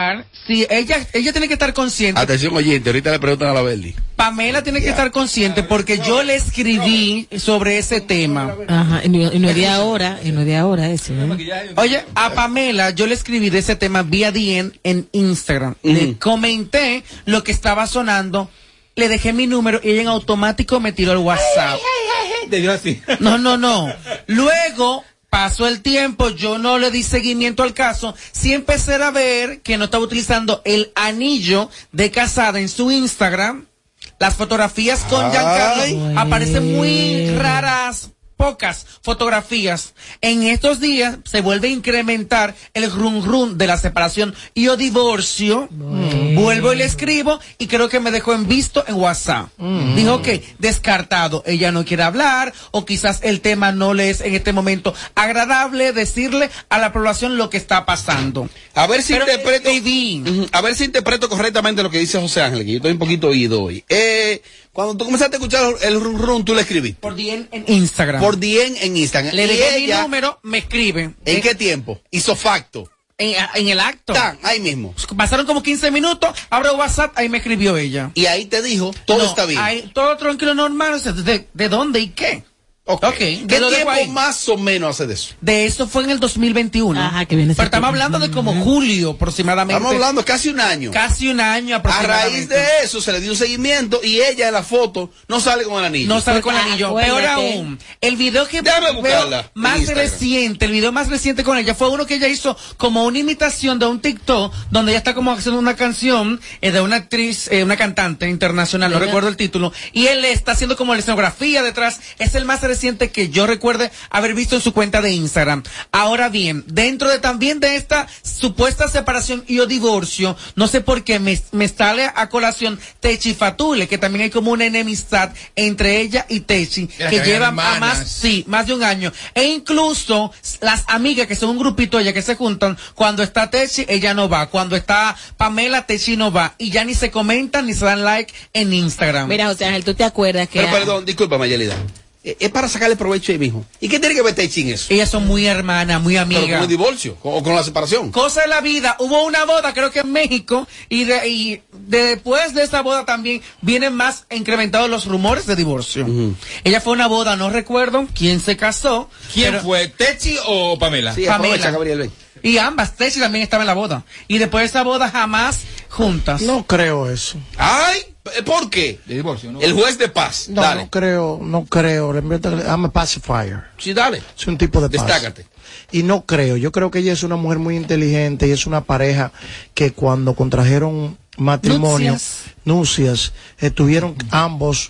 estar, sí, ella tiene que estar consciente. Atención oyente, ahorita le preguntan a la Berli. Pamela tiene que estar consciente porque yo le escribí sobre ese tema. Ajá, y no es de ahora, eso, ¿no? Oye, a Pamela yo le escribí de ese tema vía DM en Instagram. Le comenté lo que estaba sonando, le dejé mi número y ella en automático me tiró el WhatsApp. Te dio así. No. Luego pasó el tiempo, yo no le di seguimiento al caso, sí empecé a ver que no estaba utilizando el anillo de casada en su Instagram. Las fotografías con Giancarlo aparecen muy raras, pocas fotografías. En estos días se vuelve a incrementar el rum de la separación y o divorcio. Vuelvo y le escribo y creo que me dejó en visto en WhatsApp. Dijo que descartado, ella no quiere hablar o quizás el tema no le es en este momento agradable decirle a la población lo que está pasando. A ver si interpreto correctamente lo que dice José Ángel, que yo estoy un poquito oído hoy. Cuando tú comenzaste a escuchar el rum, tú le escribiste. Por DM en Instagram. Por DM en Instagram. Le dejé mi número, me escribe. ¿En qué tiempo? Hizo facto. En el acto. Ahí mismo. Pasaron como 15 minutos, abro WhatsApp, ahí me escribió ella. Y ahí te dijo, todo está bien. Todo tranquilo, normal. O sea, ¿de dónde y qué? Okay. ¿Qué tiempo más o menos hace de eso? De eso fue en el 2021. Ajá, que viene. Pero estamos hablando de como julio aproximadamente. Estamos hablando casi un año. Casi un año aproximadamente. A raíz de eso se le dio un seguimiento y ella en la foto no sale con el anillo. No sale con el anillo. Peor aún, el video que veo más reciente, el video más reciente con ella fue uno que ella hizo como una imitación de un TikTok donde ella está como haciendo una canción de una actriz, una cantante internacional, no recuerdo el título, y él está haciendo como la escenografía detrás. Es el más reciente que yo recuerde haber visto en su cuenta de Instagram. Ahora bien, dentro de también de esta supuesta separación y o divorcio, no sé por qué me sale a colación Techi Fatule, que también hay como una enemistad entre ella y Techi, que lleva más de un año. E incluso las amigas, que son un grupito ella que se juntan, cuando está Techi, ella no va. Cuando está Pamela, Techi no va. Y ya ni se comentan ni se dan like en Instagram. Mira, José Ángel, ¿tú te acuerdas que... Pero perdón, disculpa, Mayelida. Es para sacarle provecho ahí mismo. ¿Y qué tiene que ver Techi en eso? Ellas son muy hermanas, muy amigas. Pero con el divorcio o con la separación. Cosa de la vida. Hubo una boda, creo que en México, y después de esa boda también vienen más incrementados los rumores de divorcio. Ella fue a una boda, no recuerdo quién se casó. ¿Quién fue? ¿Techi o Pamela? Sí, Pamela. Gabriel, ven. Y ambas, Techi también estaba en la boda. Y después de esa boda jamás juntas. No creo eso. ¡Ay! ¿Por qué? De divorcio, ¿no? El juez de paz. No, dale. no creo. I'm a pacifier. Sí, dale. Es un tipo de paz. Destácate. Y no creo. Yo creo que ella es una mujer muy inteligente y es una pareja que cuando contrajeron matrimonio, nupcias, estuvieron ambos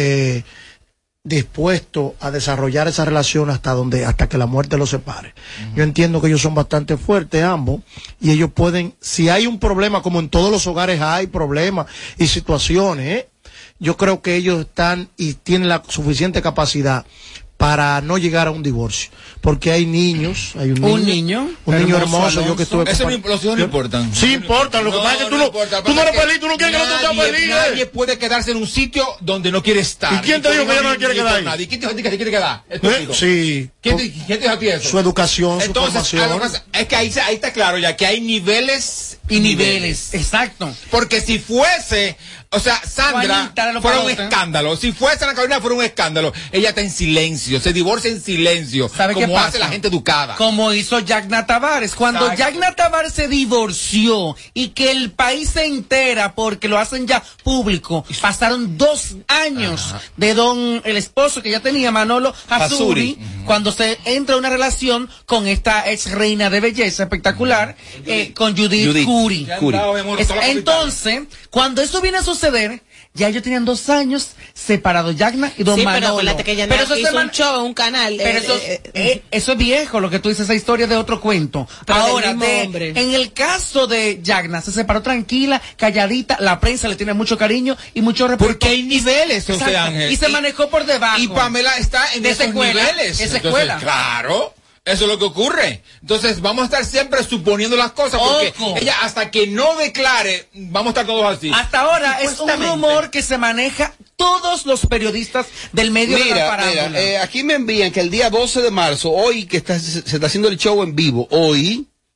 dispuestos a desarrollar esa relación hasta que la muerte los separe. Yo entiendo que ellos son bastante fuertes ambos y ellos pueden, si hay un problema, como en todos los hogares hay problemas y situaciones, yo creo que ellos están y tienen la suficiente capacidad para no llegar a un divorcio, porque hay niños, un niño hermoso, yo que estuve eso los hijos no importan. Sí importan, lo que pasa es que tú no eres feliz, tú no quieres que no te seas feliz. Nadie puede quedarse en un sitio donde no quiere estar. ¿Y quién te dijo que ella no quiere quedar ahí? ¿Y quién te dijo que se quiere quedar? Sí. ¿Quién te dijo a ti eso? Su educación, entonces, su formación. Es que ahí está claro ya que hay niveles y niveles. Exacto. Porque si fuese, o sea, Sandra fuera un escándalo. Si fuese Ana Carolina fuera un escándalo. Ella está en silencio, se divorcia en silencio. ¿Sabe como qué pasa? hace la gente educada. Como hizo Yagna Tavares. Cuando Yagna Tavares se divorció y que el país se entera porque lo hacen ya público, pasaron 2 años de el esposo que ya tenía, Manolo Azuri, cuando se entra una relación con esta ex reina de belleza espectacular, con Judith Curi. Entonces, cuando eso viene a suceder, ya ellos tenían 2 años separados, Yagna y Don Manolo. Pero eso hizo un show en un canal. Pero eso es viejo, lo que tú dices, esa historia de otro cuento. Ahora, en el caso de Yagna, se separó tranquila, calladita, la prensa le tiene mucho cariño y mucho respeto. Porque hay niveles, José Ángel. Y se manejó por debajo. Y Pamela está en esos niveles. Esa escuela. Claro. Eso es lo que ocurre. Entonces, vamos a estar siempre suponiendo las cosas, porque ella, hasta que no declare, vamos a estar todos así. Hasta ahora es un rumor que se maneja todos los periodistas del medio de la farándula. Mira, aquí me envían que el día 12 de marzo, hoy que se está haciendo el show en vivo, hoy,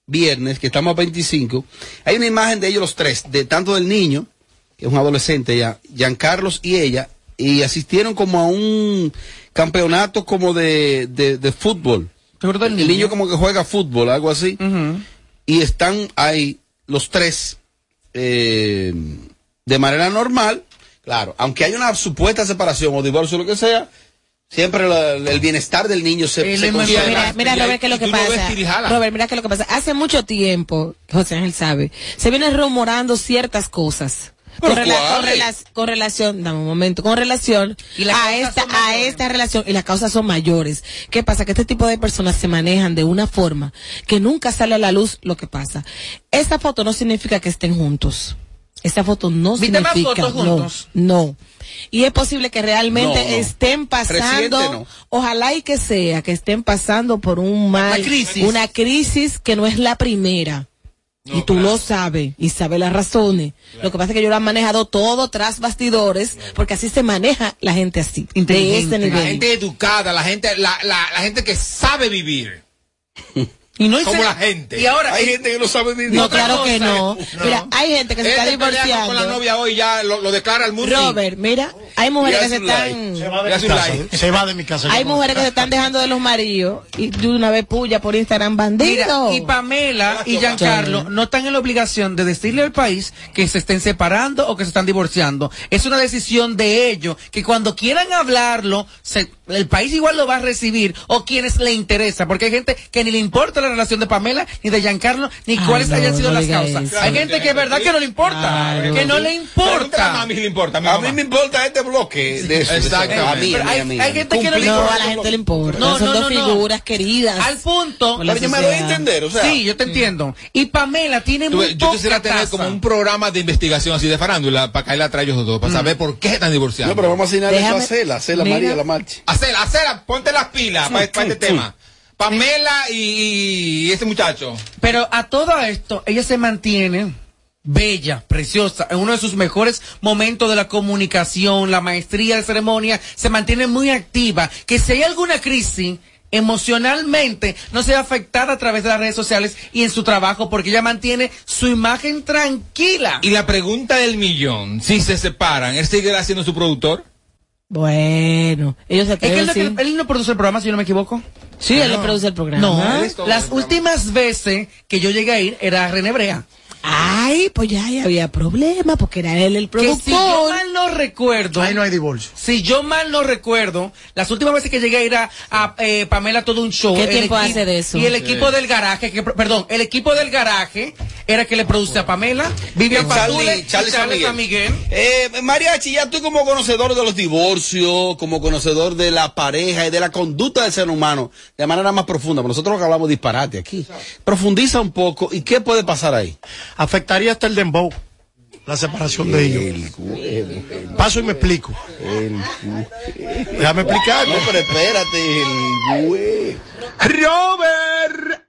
viernes, que estamos a 25, hay una imagen de ellos los tres, de tanto del niño, que es un adolescente ya, Giancarlos y ella, y asistieron como a un campeonato como de fútbol. El niño como que juega fútbol, algo así. Y están ahí los tres de manera normal. Claro, aunque hay una supuesta separación o divorcio o lo que sea, siempre el bienestar del niño se considera. Mira, Robert, ¿qué es lo que pasa? Robert, mira qué es lo que pasa. Hace mucho tiempo, José Ángel sabe, se vienen rumorando ciertas cosas. Con relación a esta relación, y las causas son mayores. ¿Qué pasa? Que este tipo de personas se manejan de una forma que nunca sale a la luz lo que pasa. Esta foto no significa que estén juntos. Esta foto no significa no. Y es posible que realmente estén pasando, ojalá y que sea, que estén pasando por una crisis que no es la primera. Y tú lo sabes, y sabes las razones. Lo que pasa es que yo lo han manejado todo tras bastidores, porque así se maneja la gente así, de este nivel. La gente educada, la gente que sabe vivir. Y no como la gente. Y ahora hay gente que no sabe vivir. No, claro que no. Mira, hay gente que se está divorciando. Con la novia hoy ya lo declara al mundo. Robert, mira, hay mujeres que se están... Se va de mi casa. Hay mujeres que se están dejando de los maridos y de una vez puya por Instagram bandido. Mira, y Pamela y Giancarlo no están en la obligación de decirle al país que se estén separando o que se están divorciando. Es una decisión de ellos, que cuando quieran hablarlo, el país igual lo va a recibir, o quienes le interesa, porque hay gente que ni le importa la relación de Pamela, ni de Giancarlo, ni cuáles hayan sido las causas. Eso. Hay gente que es verdad que no le importa, que no le importa. A mí le importa. A mí me importa este bloque de eso. Exacto. A mí. Hay gente que no le importa. No, a la gente le importa. Son dos figuras queridas. Al punto. Pero yo me doy a entender, o sea. Sí, yo te entiendo. Y Pamela tiene muy Yo quisiera tener como un programa de investigación así de farándula, para caerle atrás ellos dos, para saber por qué están divorciando. No, pero vamos a asignarle eso a Cela María La Marcha. Acela, ponte las pilas para este tema. Pamela y ese muchacho. Pero a todo esto, ella se mantiene bella, preciosa, en uno de sus mejores momentos de la comunicación, la maestría de ceremonia, se mantiene muy activa. Que si hay alguna crisis emocionalmente, no se ve afectada a través de las redes sociales y en su trabajo, porque ella mantiene su imagen tranquila. Y la pregunta del millón, si se separan, ¿él seguirá siendo su productor? Bueno, ellos se atreven. Él no produce el programa, si yo no me equivoco. Sí, él le produce el programa. No, las últimas veces que yo llegué a ir era René Brea. Ay, pues ya había problema, porque era él el productor. Que si yo mal no recuerdo. Ahí no hay divorcio. Si yo mal no recuerdo, las últimas veces que llegué a ir a Pamela todo un show. ¿Qué tiempo hace de eso? Y el equipo del garaje, el equipo del garaje era que le produce a Pamela, Vivian Pazule, Charles San Miguel. Mariachi, ya tú como conocedor de los divorcios, como conocedor de la pareja y de la conducta del ser humano, de manera más profunda, porque nosotros hablamos disparate aquí. Profundiza un poco, ¿y qué puede pasar ahí? Afectaría hasta el dembow, la separación de ellos. Paso y me explico. Déjame explicar. No, pero espérate, Robert.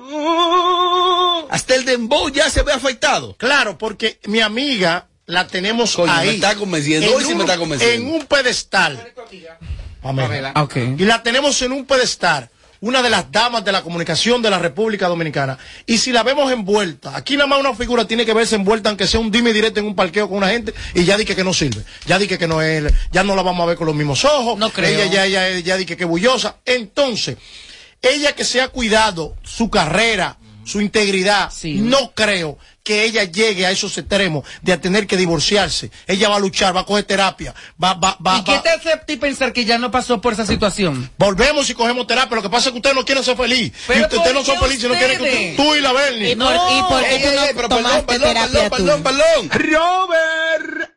Hasta el dembow ya se ve afectado. Claro, porque mi amiga la tenemos ahí. Me está convenciendo. Hoy sí me está convenciendo. En un pedestal. Pamela. Okay. Y la tenemos en un pedestal. Una de las damas de la comunicación de la República Dominicana. Y si la vemos envuelta, aquí nada más una figura tiene que verse envuelta, aunque sea un dime directo en un parqueo con una gente, y ya dije que no sirve. Ya dije que no es, ya no la vamos a ver con los mismos ojos. No creo. Ella ya dije que es bullosa. Entonces, ella que se ha cuidado su carrera, su integridad, no creo que ella llegue a esos extremos de a tener que divorciarse. Ella va a luchar, va a coger terapia, ¿Y qué te hace a ti pensar que ya no pasó por esa situación? Volvemos y cogemos terapia. Lo que pasa es que ustedes no quieren ser feliz. Pero y ustedes no son felices, no quieren que tú y la Bernie. ¿Y por qué tú no tomaste terapia tú? Perdón. Robert.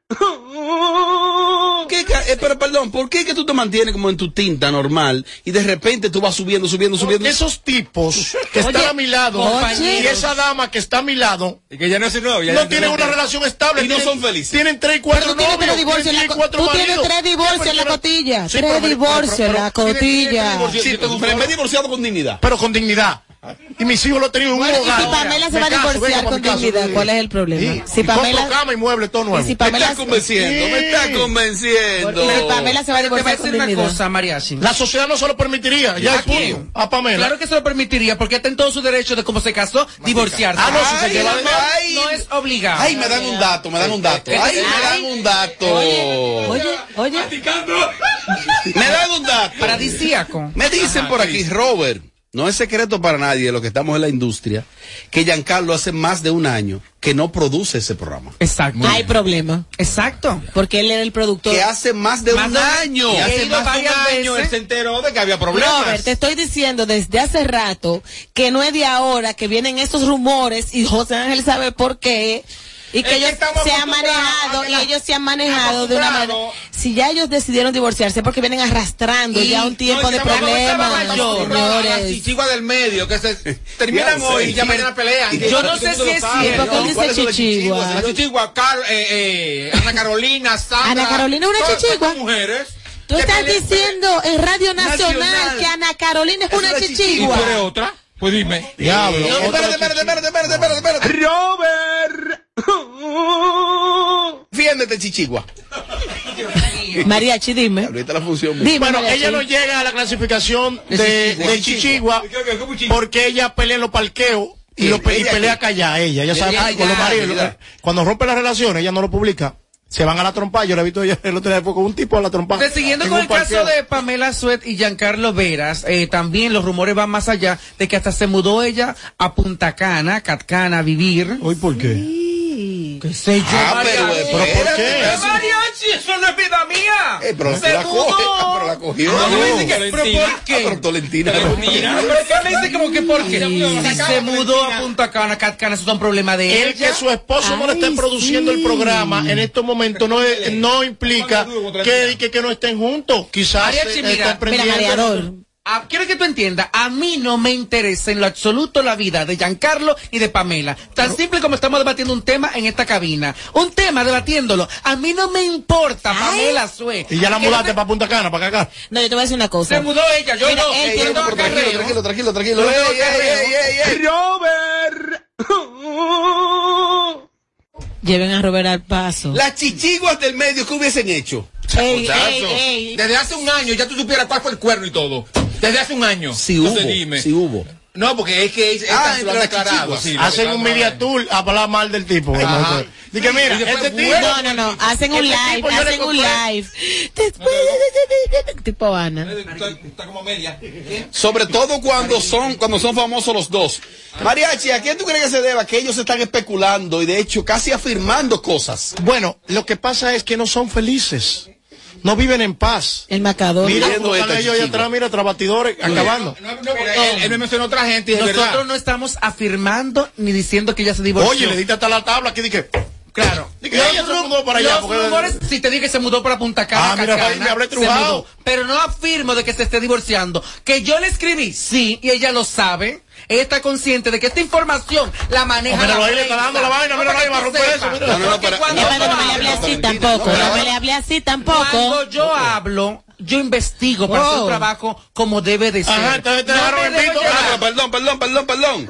Pero perdón, ¿por qué que tú te mantienes como en tu tinta normal y de repente tú vas subiendo? Porque esos tipos que están a mi lado y esa dama que está a mi lado, y que ya no es novia, no tienen una relación estable y no son felices. Tienen 3 y 4 novios. Tú tienes 3 divorcios en la cotilla. 3 divorcios en la cotilla. Sí, pero me he divorciado con dignidad. Pero con dignidad. Y mis hijos lo han tenido en un hogar. Y si Pamela se va a divorciar con dignidad, ¿cuál es el problema? Sí. Si Pamela... cama y mueble, todo nuevo. Si Pamela... Me está convenciendo. Si Pamela se va a divorciar con dignidad. Una cosa, Mariachi. La sociedad no se lo permitiría. Ya es punto. A Pamela. Claro que se lo permitiría, porque está en todo su derecho de cómo se casó, divorciarse. No, si se lleva de no es obligado. Ay, me dan un dato. Ay, me dan un dato. Oye. Me dan un dato. Paradisíaco. Me dicen por aquí, Robert, no es secreto para nadie de los que estamos en la industria, que Giancarlo hace más de un año que no produce ese programa. Exacto. Hay problema. Exacto. Porque él era el productor. Que hace más de un año. Y hace más de un año él se enteró de que había problemas. Robert, te estoy diciendo desde hace rato que no es de ahora que vienen estos rumores y José Ángel sabe por qué. Y que ellos se han manejado, de una manera. Si ya ellos decidieron divorciarse porque vienen arrastrando ya un tiempo de problemas, señores. La chichigua del medio, que se terminan hoy y ya mañana pelean. Yo no sé si es cierto. ¿Por qué dice chichigua? La chichigua, Ana Carolina, Sandra. Ana Carolina es una chichigua. Mujeres. Tú estás diciendo en Radio Nacional que Ana Carolina es una chichigua. ¿Y tú eres otra? Pues dime. Diablo. Espérate. Robert. Fiéndete, chichigua. Mariachi, dime. Ahorita la función. Dime, Bueno, Mariachi. ella no llega a la clasificación de chichigua porque ella pelea en los parqueos y pelea callada. Ella sabe con los maridos. Cuando rompe las relaciones, ella no lo publica. Se van a la trompa. Yo la he visto ella el otro día con un tipo a la trompa. Siguiendo con el caso de Pamela Suet y Giancarlo Veras, también los rumores van más allá de que hasta se mudó ella a Punta Cana, Catcana, a vivir. ¿Hoy por qué? ¿Qué sé yo? ¿Pero por qué? Mariachi, eso no es vida mía. Pero la cogió. ¿Pero por qué? Tolentina. ¿Pero qué me dice como que por qué? Si se mudó a Punta Cana, Catcana, eso es un problema de El que su esposo no le esté produciendo el programa en estos momentos no implica que no estén juntos. Quizás Mariachi, mira, mareador. Quiero que tú entiendas, a mí no me interesa en lo absoluto la vida de Giancarlo y de Pamela. Tan simple como estamos debatiendo un tema en esta cabina. Un tema debatiéndolo. A mí no me importa, Pamela Sué. Y ya la mudaste para Punta Cana, para acá. No, yo te voy a decir una cosa. Se mudó ella, yo Mira, no. él tiene Tranquilo. Robert. Lleven a Robert al paso. Las chichiguas del medio, ¿qué hubiesen hecho? Ey. Desde hace un año ya tú supieras cuál fue el cuerno y todo. Desde hace un año. Sí Entonces, hubo. No, porque es que se lo han declarado. Sí, Hacen un media tour a hablar mal del tipo. Dice, mira, este tipo. No. Hacen un live. Tipo Ana. Está como media. Sobre todo cuando son famosos los dos. Mariachi, ¿a quién tú crees que se deba? Que ellos están especulando y de hecho casi afirmando cosas. Bueno, lo que pasa es que no son felices. No viven en paz. El macador. Mira, están ellos allá atrás, mira, tras batidores, acabando. Él me mencionó a otra gente y es Nosotros verdad. no estamos afirmando ni diciendo que ella se divorció. Oye, le diste hasta la tabla aquí, dije. Claro. Ella se mudó para allá. Los rumores, si te dije que se mudó para Punta Cana, mira, Cacana, ahí me hablé se trujado. mudó. Pero no afirmo de que se esté divorciando. Que yo le escribí, sí, y ella lo sabe. Ella está consciente de que esta información la maneja. Míralo ahí, le está dando la vaina, míralo ahí, va a romper eso. Mira. No, No me le hable así tampoco. No me le hable así tampoco. Cuando yo hablo, yo investigo para hacer un trabajo como debe de ser. Ajá, entonces te dejaron en visto. Perdón.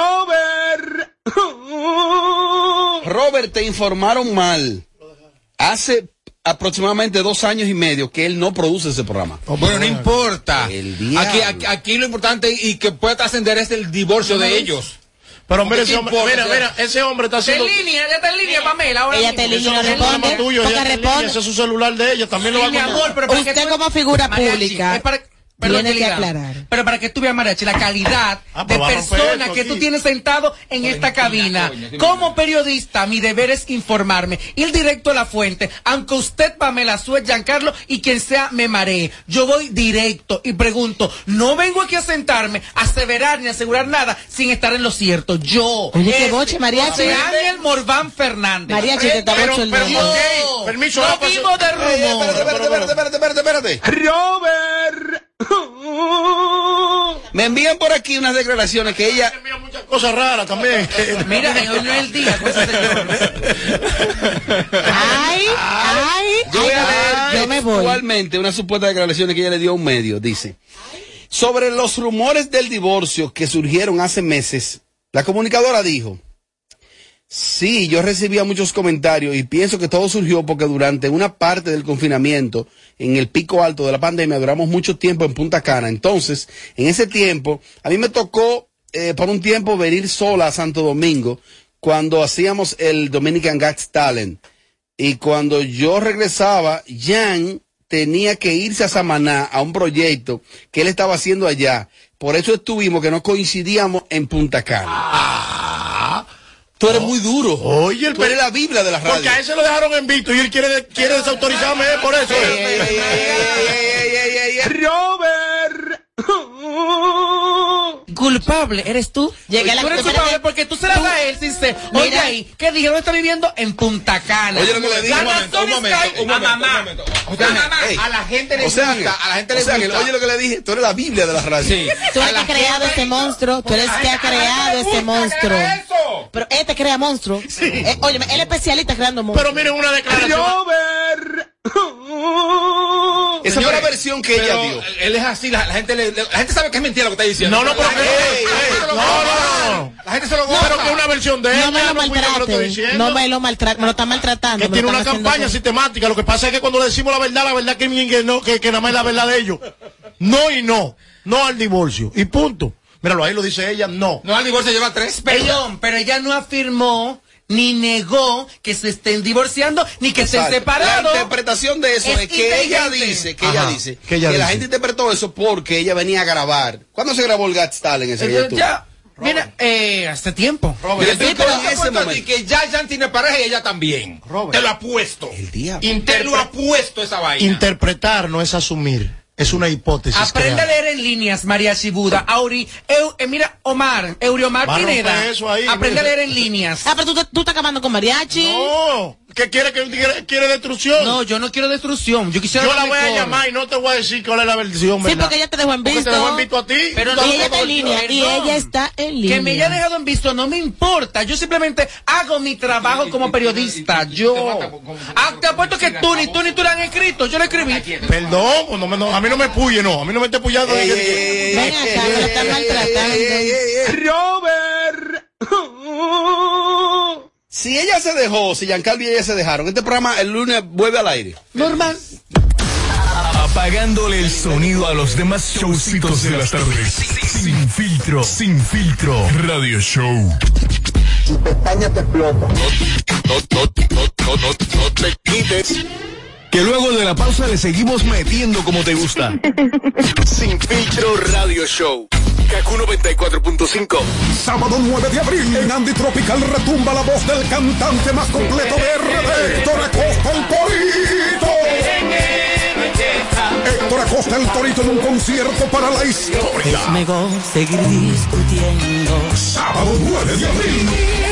Robert, te informaron mal. Hace aproximadamente 2 años y medio que él no produce ese programa. Bueno, no importa. Aquí lo importante y que pueda trascender es el divorcio de ellos. Pero mira, ese hombre está haciendo. Ella está en línea, Pamela. Ahora Ella está en línea, no Es un problema responde. tuyo, Porque ella está en línea, responde. ese es su celular de ella, también lo va a mi contar. amor, pero para Usted que tú- como figura Mariachi, pública es para- tiene que diga, aclarar. Pero para que tú veas, Mariachi, la calidad Ah, de pero va a romper persona esto que aquí. tú tienes sentado en esta cabina. coño, Como periodista, mi deber es informarme, ir directo a la fuente, aunque usted, Pamela Suet, Giancarlo y quien sea me maree. Yo voy directo y pregunto, no vengo aquí a sentarme, a aseverar ni a asegurar nada sin estar en lo cierto. Yo, Oye, qué boche, Mariachi. José Ángel Morván Fernández. Mariachi, te está bocho el pero, nombre. ok, permiso, va a No pasar. vivo de rumor. Espérate. Robert. Me envían por aquí unas declaraciones que ella... Mira, muchas cosas raras también. Mira, hoy no es el día, pues, señor. Ay, Yo voy a leer yo me voy. textualmente unas supuestas declaraciones que ella le dio a un medio. Dice, Sobre los rumores del divorcio que surgieron hace meses, la comunicadora dijo: sí, yo recibía muchos comentarios y pienso que todo surgió porque durante una parte del confinamiento, en el pico alto de la pandemia, duramos mucho tiempo en Punta Cana. Entonces, en ese tiempo, a mí me tocó por un tiempo venir sola a Santo Domingo cuando hacíamos el Dominican Got Talent. Y cuando yo regresaba, Jan tenía que irse a Samaná a un proyecto que él estaba haciendo allá. Por eso estuvimos, que no coincidíamos en Punta Cana. Tú eres muy duro. Oye, tú eres la Biblia de la radio. Porque a él se lo dejaron en visto y él quiere desautorizarme por eso. Robert. Culpable, ¿eres tú? Llegué a la... Tú eres culpable porque tú se la das a él sin ser. Oye ahí, ¿qué dijeron? Está viviendo en Punta Cana. Oye, lo que le digo. Un momento. A la gente le gusta. A la gente le gusta. Oye, lo que le dije. Tú eres la Biblia de la radio. Sí. Tú eres el que ha creado ese monstruo. Tú eres el que ha creado ese monstruo. Pero este crea monstruos. Sí. Oye, él es especialista creando monstruos. Pero miren una declaración. Robert. Esa fue la versión que ella dio. Él es así, la gente sabe que es mentira lo que está diciendo. No, pero la gente se lo goza. Pero que es una versión de él. No me lo maltrate. No me lo maltrate. Me lo está maltratando. Que tiene una campaña sistemática. Lo que pasa es que cuando le decimos la verdad que nada más es la verdad de ellos. No y no. No al divorcio. Y punto. Míralo, ahí lo dice ella, no. No al divorcio, lleva 3. Perdón, pero ella no afirmó ni negó que se estén divorciando ni que estén separados. La interpretación de eso es que ella dice que la gente interpretó eso porque ella venía a grabar. ¿Cuándo se grabó el Got Talent ese día? Ya, mira, hace tiempo. Robert, que ya tiene pareja y ella también. Robert, te lo apuesto. El diablo. Te lo apuesto esa vaina. Interpretar no es asumir. Es una hipótesis. Aprende a leer en líneas, María Chibuda. Mira, Euriomar Pineda. Aprende a leer en líneas. Pero tú estás acabando con mariachi. No. ¿Qué quiere destrucción? No, yo no quiero destrucción. Yo la voy a llamar y no te voy a decir cuál es la versión, ¿verdad? Sí, porque ella te dejó en visto. Porque te dejó en visto a ti. Pero no, ella está en línea. Y ella está en línea. Que me haya dejado en visto no me importa. Yo simplemente hago mi trabajo como periodista. Te apuesto que tú ni tú le han escrito. Yo le escribí. Perdón, a mí no me puye, no. A mí no me esté puyando. Ven acá, me lo están maltratando. Robert. Si ella se dejó, si Giancarlo y ella se dejaron, este programa el lunes vuelve al aire. Normal. Apagándole el sonido a los demás showcitos de las tardes. Sin filtro, radio show. Tu pestaña te explota. No te quites. Que luego de la pausa le seguimos metiendo como te gusta. Sin filtro radio show. Kaku 94.5. Sábado 9 de abril en Andy Tropical retumba la voz del cantante más completo de RD, Héctor Acosta el Torito. Héctor Acosta el Torito en un concierto para la historia. Es mejor seguir discutiendo. Sábado 9 de abril.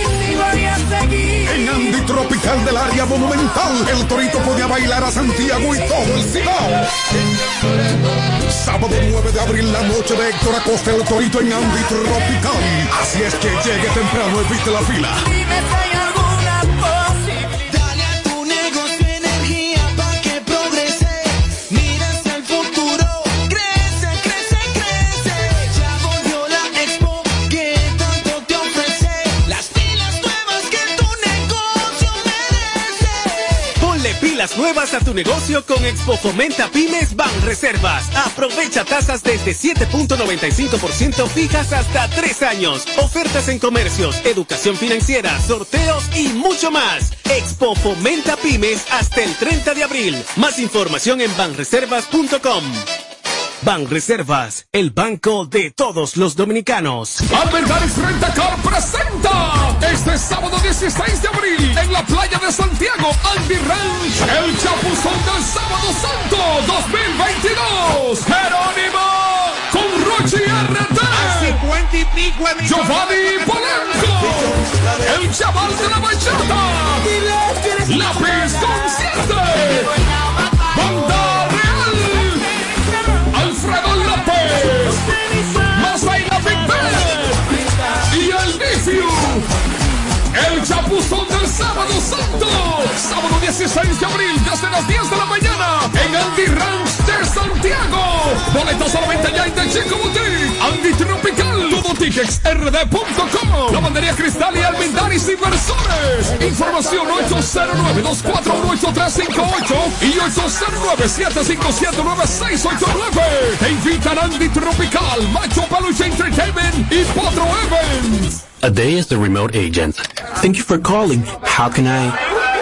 En Andy Tropical del área monumental, el Torito podía bailar a Santiago y todo el Cibao. Sábado 9 de abril, la noche de Héctor Acosta el Torito en Andy Tropical. Así es que llegue temprano, evite la fila. Dime si hay alguna posibilidad. Dale a tu negocio energía para que progrese. Mira hacia el futuro. Crece. Ya volvió la expo que tanto te ofrece. Las pilas nuevas que tu negocio merece. Ponle pilas nuevas a tu negocio con Expo Fomenta Pymes Banreservas. Aprovecha tasas desde 7.95% fijas hasta 3 años. Ofertas en comercios, educación financiera, sorteos y mucho más. Expo Fomenta Pymes hasta el 30 de abril. Más información en banreservas.com. Banreservas, el banco de todos los dominicanos. Albergares Rentacar presenta este sábado 16 de abril en la playa de Santiago, Andy Ranch, el Chapuzón del Sábado Santo 2022. Jerónimo con Rochi RT, a 50 y pico de Giovanni Polanco, el chaval de la bachata, Lápiz Consciente, Banda Real, Alfredo López, Mazaina Big Ben y el Vicio. El Chapuzón del Sábado Santo, sábado 16 de abril desde las 10 de la mañana en Andy Ranch de Santiago. Boletos solamente ya en Chico Boutique, Andy Tropical, TudoTicketsRD.com, Lavandería Cristal y Almendaris Inversores. Información 809-241-8358 y 809-757-9689. Te invitan Andy Tropical, Macho Peluche Entertainment y Potro Events. A day as the remote agent. Thank you for calling. How can I?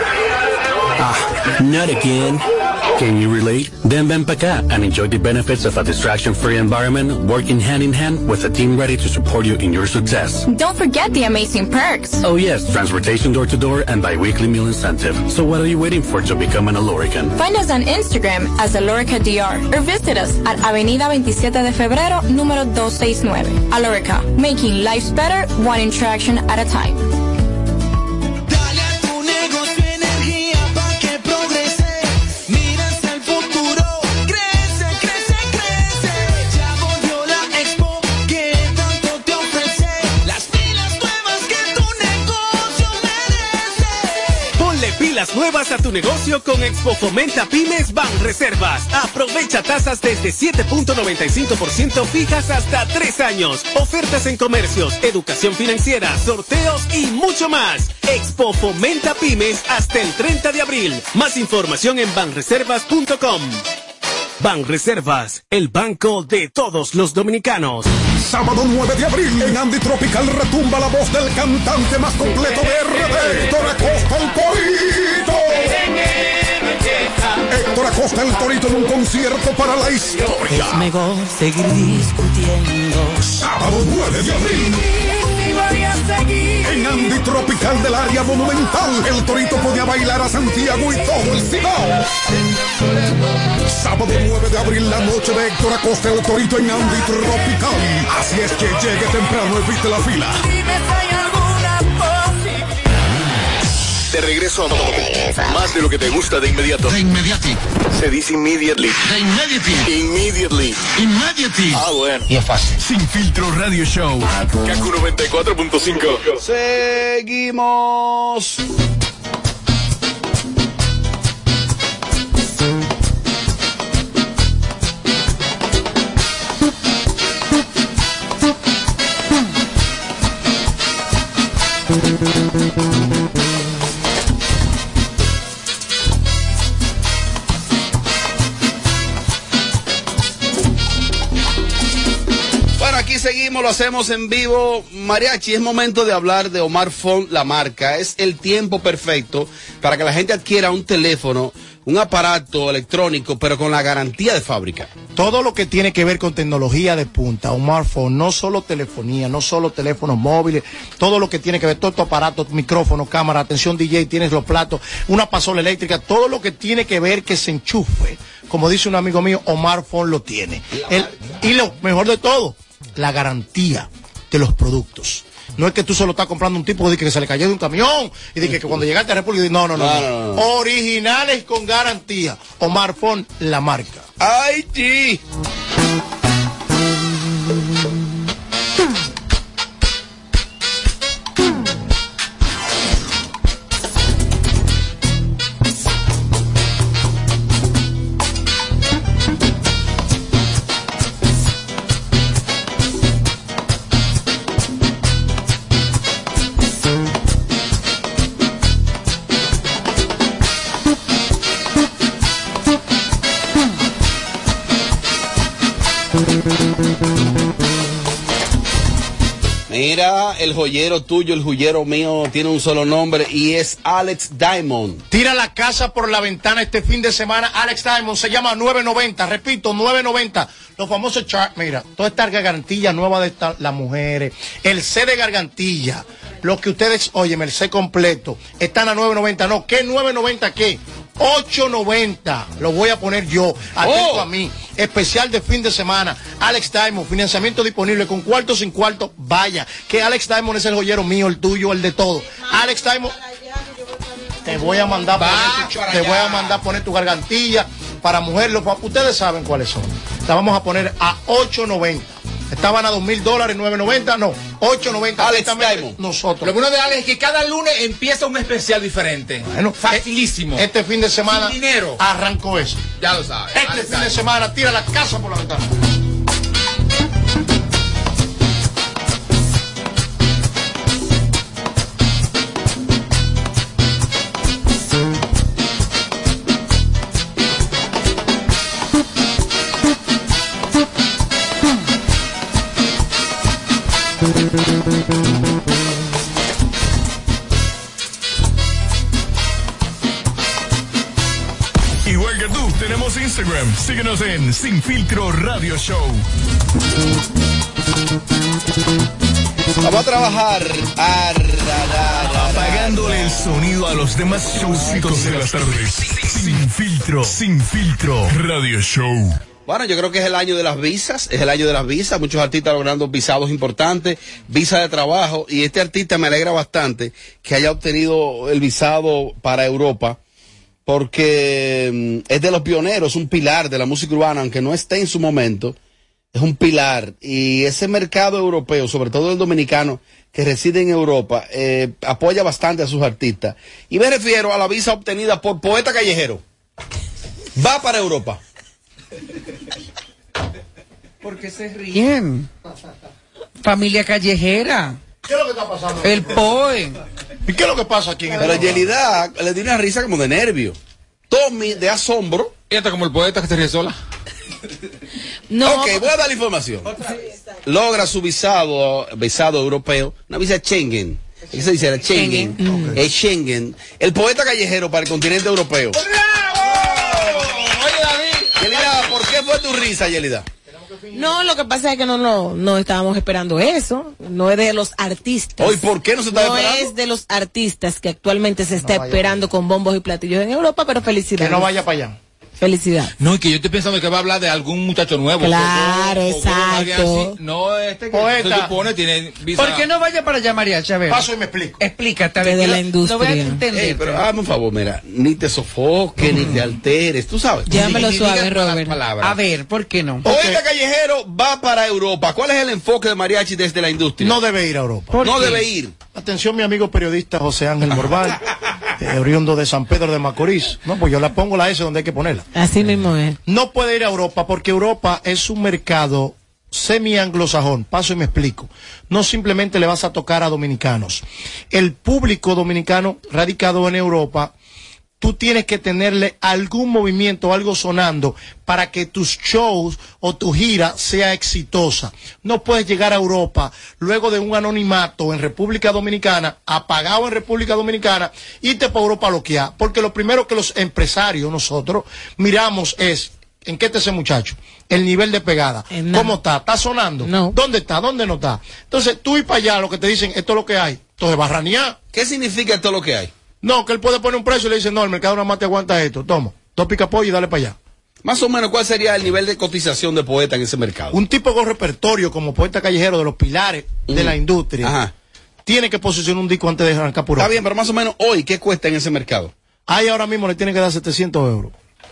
Not again. Can you relate? Then ven pa' acá and enjoy the benefits of a distraction-free environment, working hand-in-hand with a team ready to support you in your success. Don't forget the amazing perks. Oh yes, transportation door-to-door and bi-weekly meal incentive. So what are you waiting for to become an Alorican? Find us on Instagram as Alorica DR or visit us at Avenida 27 de Febrero, número 269. Alorica, making lives better, one interaction at a time. Las nuevas a tu negocio con Expo Fomenta Pymes Banreservas. Aprovecha tasas desde 7.95% fijas hasta 3 años. Ofertas en comercios, educación financiera, sorteos y mucho más. Expo Fomenta Pymes hasta el 30 de abril. Más información en banreservas.com. Banreservas, el banco de todos los dominicanos. Sábado 9 de abril, en Andy Tropical retumba la voz del cantante más completo de RD, Héctor Acosta el Torito. Héctor Acosta el Torito en un concierto para la historia. Es mejor seguir discutiendo. Sábado 9 de abril. En Andy Tropical del área monumental, el Torito podía bailar a Santiago y todo el Cibao. Sábado 9 de abril, la noche de Héctor Acosta el Torito en Andy Tropical. Así es que llegue temprano, evite la fila. De regreso a más de lo que te gusta de inmediato. De inmediati. Se dice immediately. De inmediati. Immediately. Immediati. Ah, bueno. Y es fácil. Sin Filtro Radio Show. Kaku 94.5. Seguimos. Bueno, aquí seguimos, lo hacemos en vivo. Mariachi, es momento de hablar de Omar Phone, la marca. Es el tiempo perfecto para que la gente adquiera un teléfono, un aparato electrónico, pero con la garantía de fábrica. Todo lo que tiene que ver con tecnología de punta, Omar Phone, no solo telefonía, no solo teléfonos móviles, todo lo que tiene que ver, todo tu aparato, micrófono, cámara, atención DJ, tienes los platos, una pasola eléctrica, todo lo que tiene que ver que se enchufe. Como dice un amigo mío, Omar Phone lo tiene. Y lo mejor de todo, la garantía de los productos. No es que tú solo estás comprando un tipo que se le cayó de un camión y de que cuando llegaste a República, no. Originales con garantía. Omar Phone, la marca. ¡Ay, sí! Mira, el joyero tuyo, el joyero mío, tiene un solo nombre y es Alex Diamond. Tira la casa por la ventana este fin de semana. Alex Diamond se llama 990, repito, 990. Los famosos mira, toda esta gargantilla nueva de las mujeres, el C de gargantilla, lo que ustedes, óyeme, el C completo, están a 990, no, ¿qué 990 qué? 890, lo voy a poner yo, atento a mí, especial de fin de semana, Alex Diamond, financiamiento disponible con cuarto sin cuarto, vaya, que Alex Diamond es el joyero mío, el tuyo, el de todo. Alex Diamond, te voy a mandar poner tu gargantilla para mujer, ustedes saben cuáles son, la vamos a poner a 890. Estaban a $2,000, $990, no, $890. Alex Diamond. Nosotros. Lo bueno de Alex es que cada lunes empieza un especial diferente. Bueno, facilísimo. Este fin de semana sin dinero arrancó eso. Ya lo sabes. Este fin de semana tira la casa por la ventana. Facebook, tenemos Instagram. Síguenos en Sin Filtro Radio Show. Vamos a trabajar apagándole el sonido a los demás showcitos de las tardes. Sin Filtro Radio Show. Bueno, yo creo que es el año de las visas, muchos artistas logrando visados importantes, visa de trabajo, y este artista me alegra bastante que haya obtenido el visado para Europa, porque es de los pioneros, un pilar de la música urbana, aunque no esté en su momento, es un pilar, y ese mercado europeo, sobre todo el dominicano que reside en Europa, apoya bastante a sus artistas, y me refiero a la visa obtenida por Poeta Callejero. Va para Europa. ¿Por qué se ríen? Familia callejera. ¿Qué es lo que está pasando? El POE. ¿Y qué es lo que pasa aquí en el Pero Yelida le dio una risa como de nervio. Tommy, de asombro. Y hasta como el poeta que se ríe sola. No. Ok, voy a dar la información. Logra su visado europeo, una visa Schengen. ¿Qué se dice? Era Schengen. Es Schengen. El Poeta Callejero para el continente europeo. Yelida, ¿por qué fue tu risa, Yelida? No, lo que pasa es que no estábamos esperando eso. No es de los artistas. Hoy, ¿por qué no se está esperando? No es de los artistas que actualmente se está esperando con bombos y platillos en Europa, pero felicidades. Que no vaya para allá. Felicidad. No, y que yo estoy pensando que va a hablar de algún muchacho nuevo. Claro, exacto. No, este que Poeta. se supone tiene visa. ¿Por qué no vaya para allá, Mariachi? A ver. Paso y me explico. Explícate. Que de la industria. No voy a entender. Pero hazme un favor, mira, ni te sofoques, ni te alteres, tú sabes. Llévamelo Ni suave, digas malas Robert. palabras. A ver, ¿por qué no? Poeta Callejero va para Europa. ¿Cuál es el enfoque de Mariachi desde la industria? No debe ir a Europa. No debe ir. Atención, mi amigo periodista José Ángel Morval, oriundo de San Pedro de Macorís. No, pues yo le pongo la S donde hay que ponerla. Así mismo es. No puede ir a Europa porque Europa es un mercado semi-anglosajón. Paso y me explico. No simplemente le vas a tocar a dominicanos. El público dominicano radicado en Europa, tú tienes que tenerle algún movimiento, algo sonando para que tus shows o tu gira sea exitosa. No puedes llegar a Europa luego de un anonimato en República Dominicana, apagado en República Dominicana, irte para Europa a bloquear. Porque lo primero que los empresarios, nosotros, miramos es, ¿en qué está ese muchacho? El nivel de pegada. ¿Cómo está? ¿Está sonando? No. ¿Dónde está? ¿Dónde no está? Entonces, tú y para allá, lo que te dicen, esto es lo que hay. Entonces, barranear. ¿Qué significa esto lo que hay? No, que él puede poner un precio y le dice, no, el mercado nada más te aguanta esto. Toma, dos picapollos y dale para allá. Más o menos, ¿cuál sería el nivel de cotización de Poeta en ese mercado? Un tipo con repertorio como Poeta Callejero de los pilares de la industria. Ajá. Tiene que posicionar un disco antes de arrancar por Está bien, pero más o menos hoy, ¿qué cuesta en ese mercado? Ahí ahora mismo le tiene que dar 700 euros.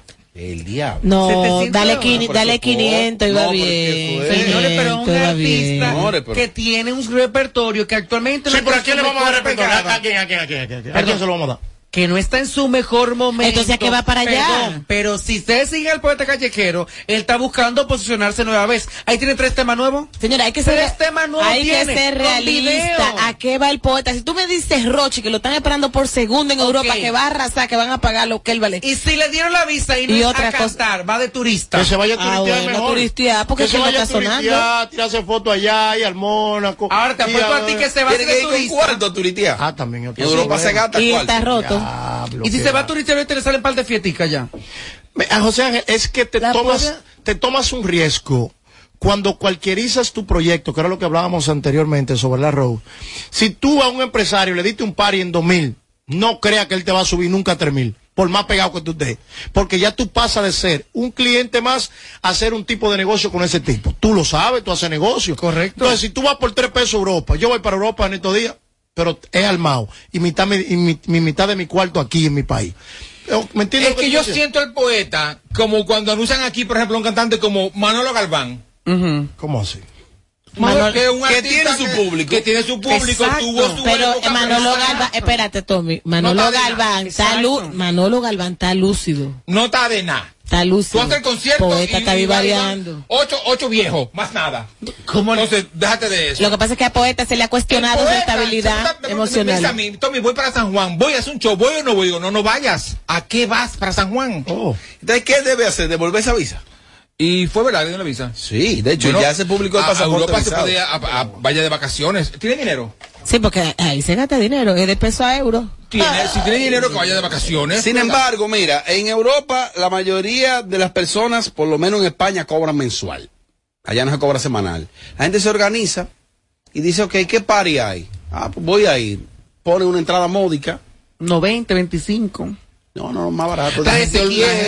El diablo. No, 700 dale, euros. dale 500 y va No, pero bien. ¿qué fue? Señores, pero un va artista bien. Señores, pero- que tiene un repertorio que actualmente Sí, no pero está ¿a quién le en su vamos a dar mejor repertorio? pegada. ¿A quién? ¿A quién se lo vamos a dar? Que no está en su mejor momento. Entonces, ¿a qué va para allá? Perdón, pero si ustedes siguen al Poeta Callejero, él está buscando posicionarse nueva vez. Ahí tiene 3 temas nuevos. Señora, hay que ser, Tres temas nuevos hay que tiene, ser con realista. video. ¿A qué va el poeta? Si tú me dices Rochi, que lo están esperando por segundo en Europa, que va a arrasar, que van a pagar lo que él vale. Y si le dieron la visa y no Y es otra a cantar, va de turista. Que se vaya a turistear bueno, mejor. turistear, porque que es se que no vaya a está sonando. turistear, tirarse fotos allá y al Mónaco. Ahora te Y apuesto a ti que se va a Tiene hacer que ir con turista. cuarto a turistear. Ah, también. En Europa se gasta Y cuarto. está roto. Y si se va a turista, te le salen un par de fieticas ya. José Ángel, es que te tomas un riesgo cuando cualquierizas tu proyecto, que era lo que hablábamos anteriormente sobre la Road. Si tú a un empresario le diste un party en 2,000, no crea que él te va a subir nunca a 3,000, por más pegado que tú estés. Porque ya tú pasas de ser un cliente más a ser un tipo de negocio con ese tipo. Tú lo sabes, tú haces negocio. Correcto. Entonces, si tú vas por 3 pesos a Europa, yo voy para Europa en estos días, pero es armado. Y mitad de mi cuarto aquí en mi país. ¿Me entiendes? Es que yo siento al poeta como cuando anuncian aquí, por ejemplo, un cantante como Manolo Galván. ¿Cómo así? Que es un que artista tiene su público. Que tiene su público, Exacto. tuvo su Pero época, Manolo pero Galván, espérate, Tommy. Manolo No está de Galván nada. está Manolo Galván está lúcido. no está de nada. Está lúcido. Tú haces el concierto Poeta está y variando. ocho viejos, más nada. Entonces, déjate de eso. Lo que pasa es que a Poeta se le ha cuestionado su estabilidad emocional. A mí, Tommy, voy para San Juan, voy a hacer un show, voy o no voy, digo, no vayas. ¿A qué vas para San Juan? Entonces, ¿qué debe hacer? ¿Devolver esa visa? Y fue verdad, dio la visa. Sí, de hecho, ya se publicó el pasaporte. Europa se puede vaya de vacaciones. ¿Tiene dinero? Sí, porque ahí se gasta dinero, es de peso a euro. Si tiene dinero, que vaya de vacaciones. Sin embargo, mira, en Europa la mayoría de las personas, por lo menos en España, cobran mensual. Allá no se cobra semanal. La gente se organiza y dice, ok, ¿qué party hay? Pues voy a ir. Pone una entrada módica. 90, 25. No, más barato. La gente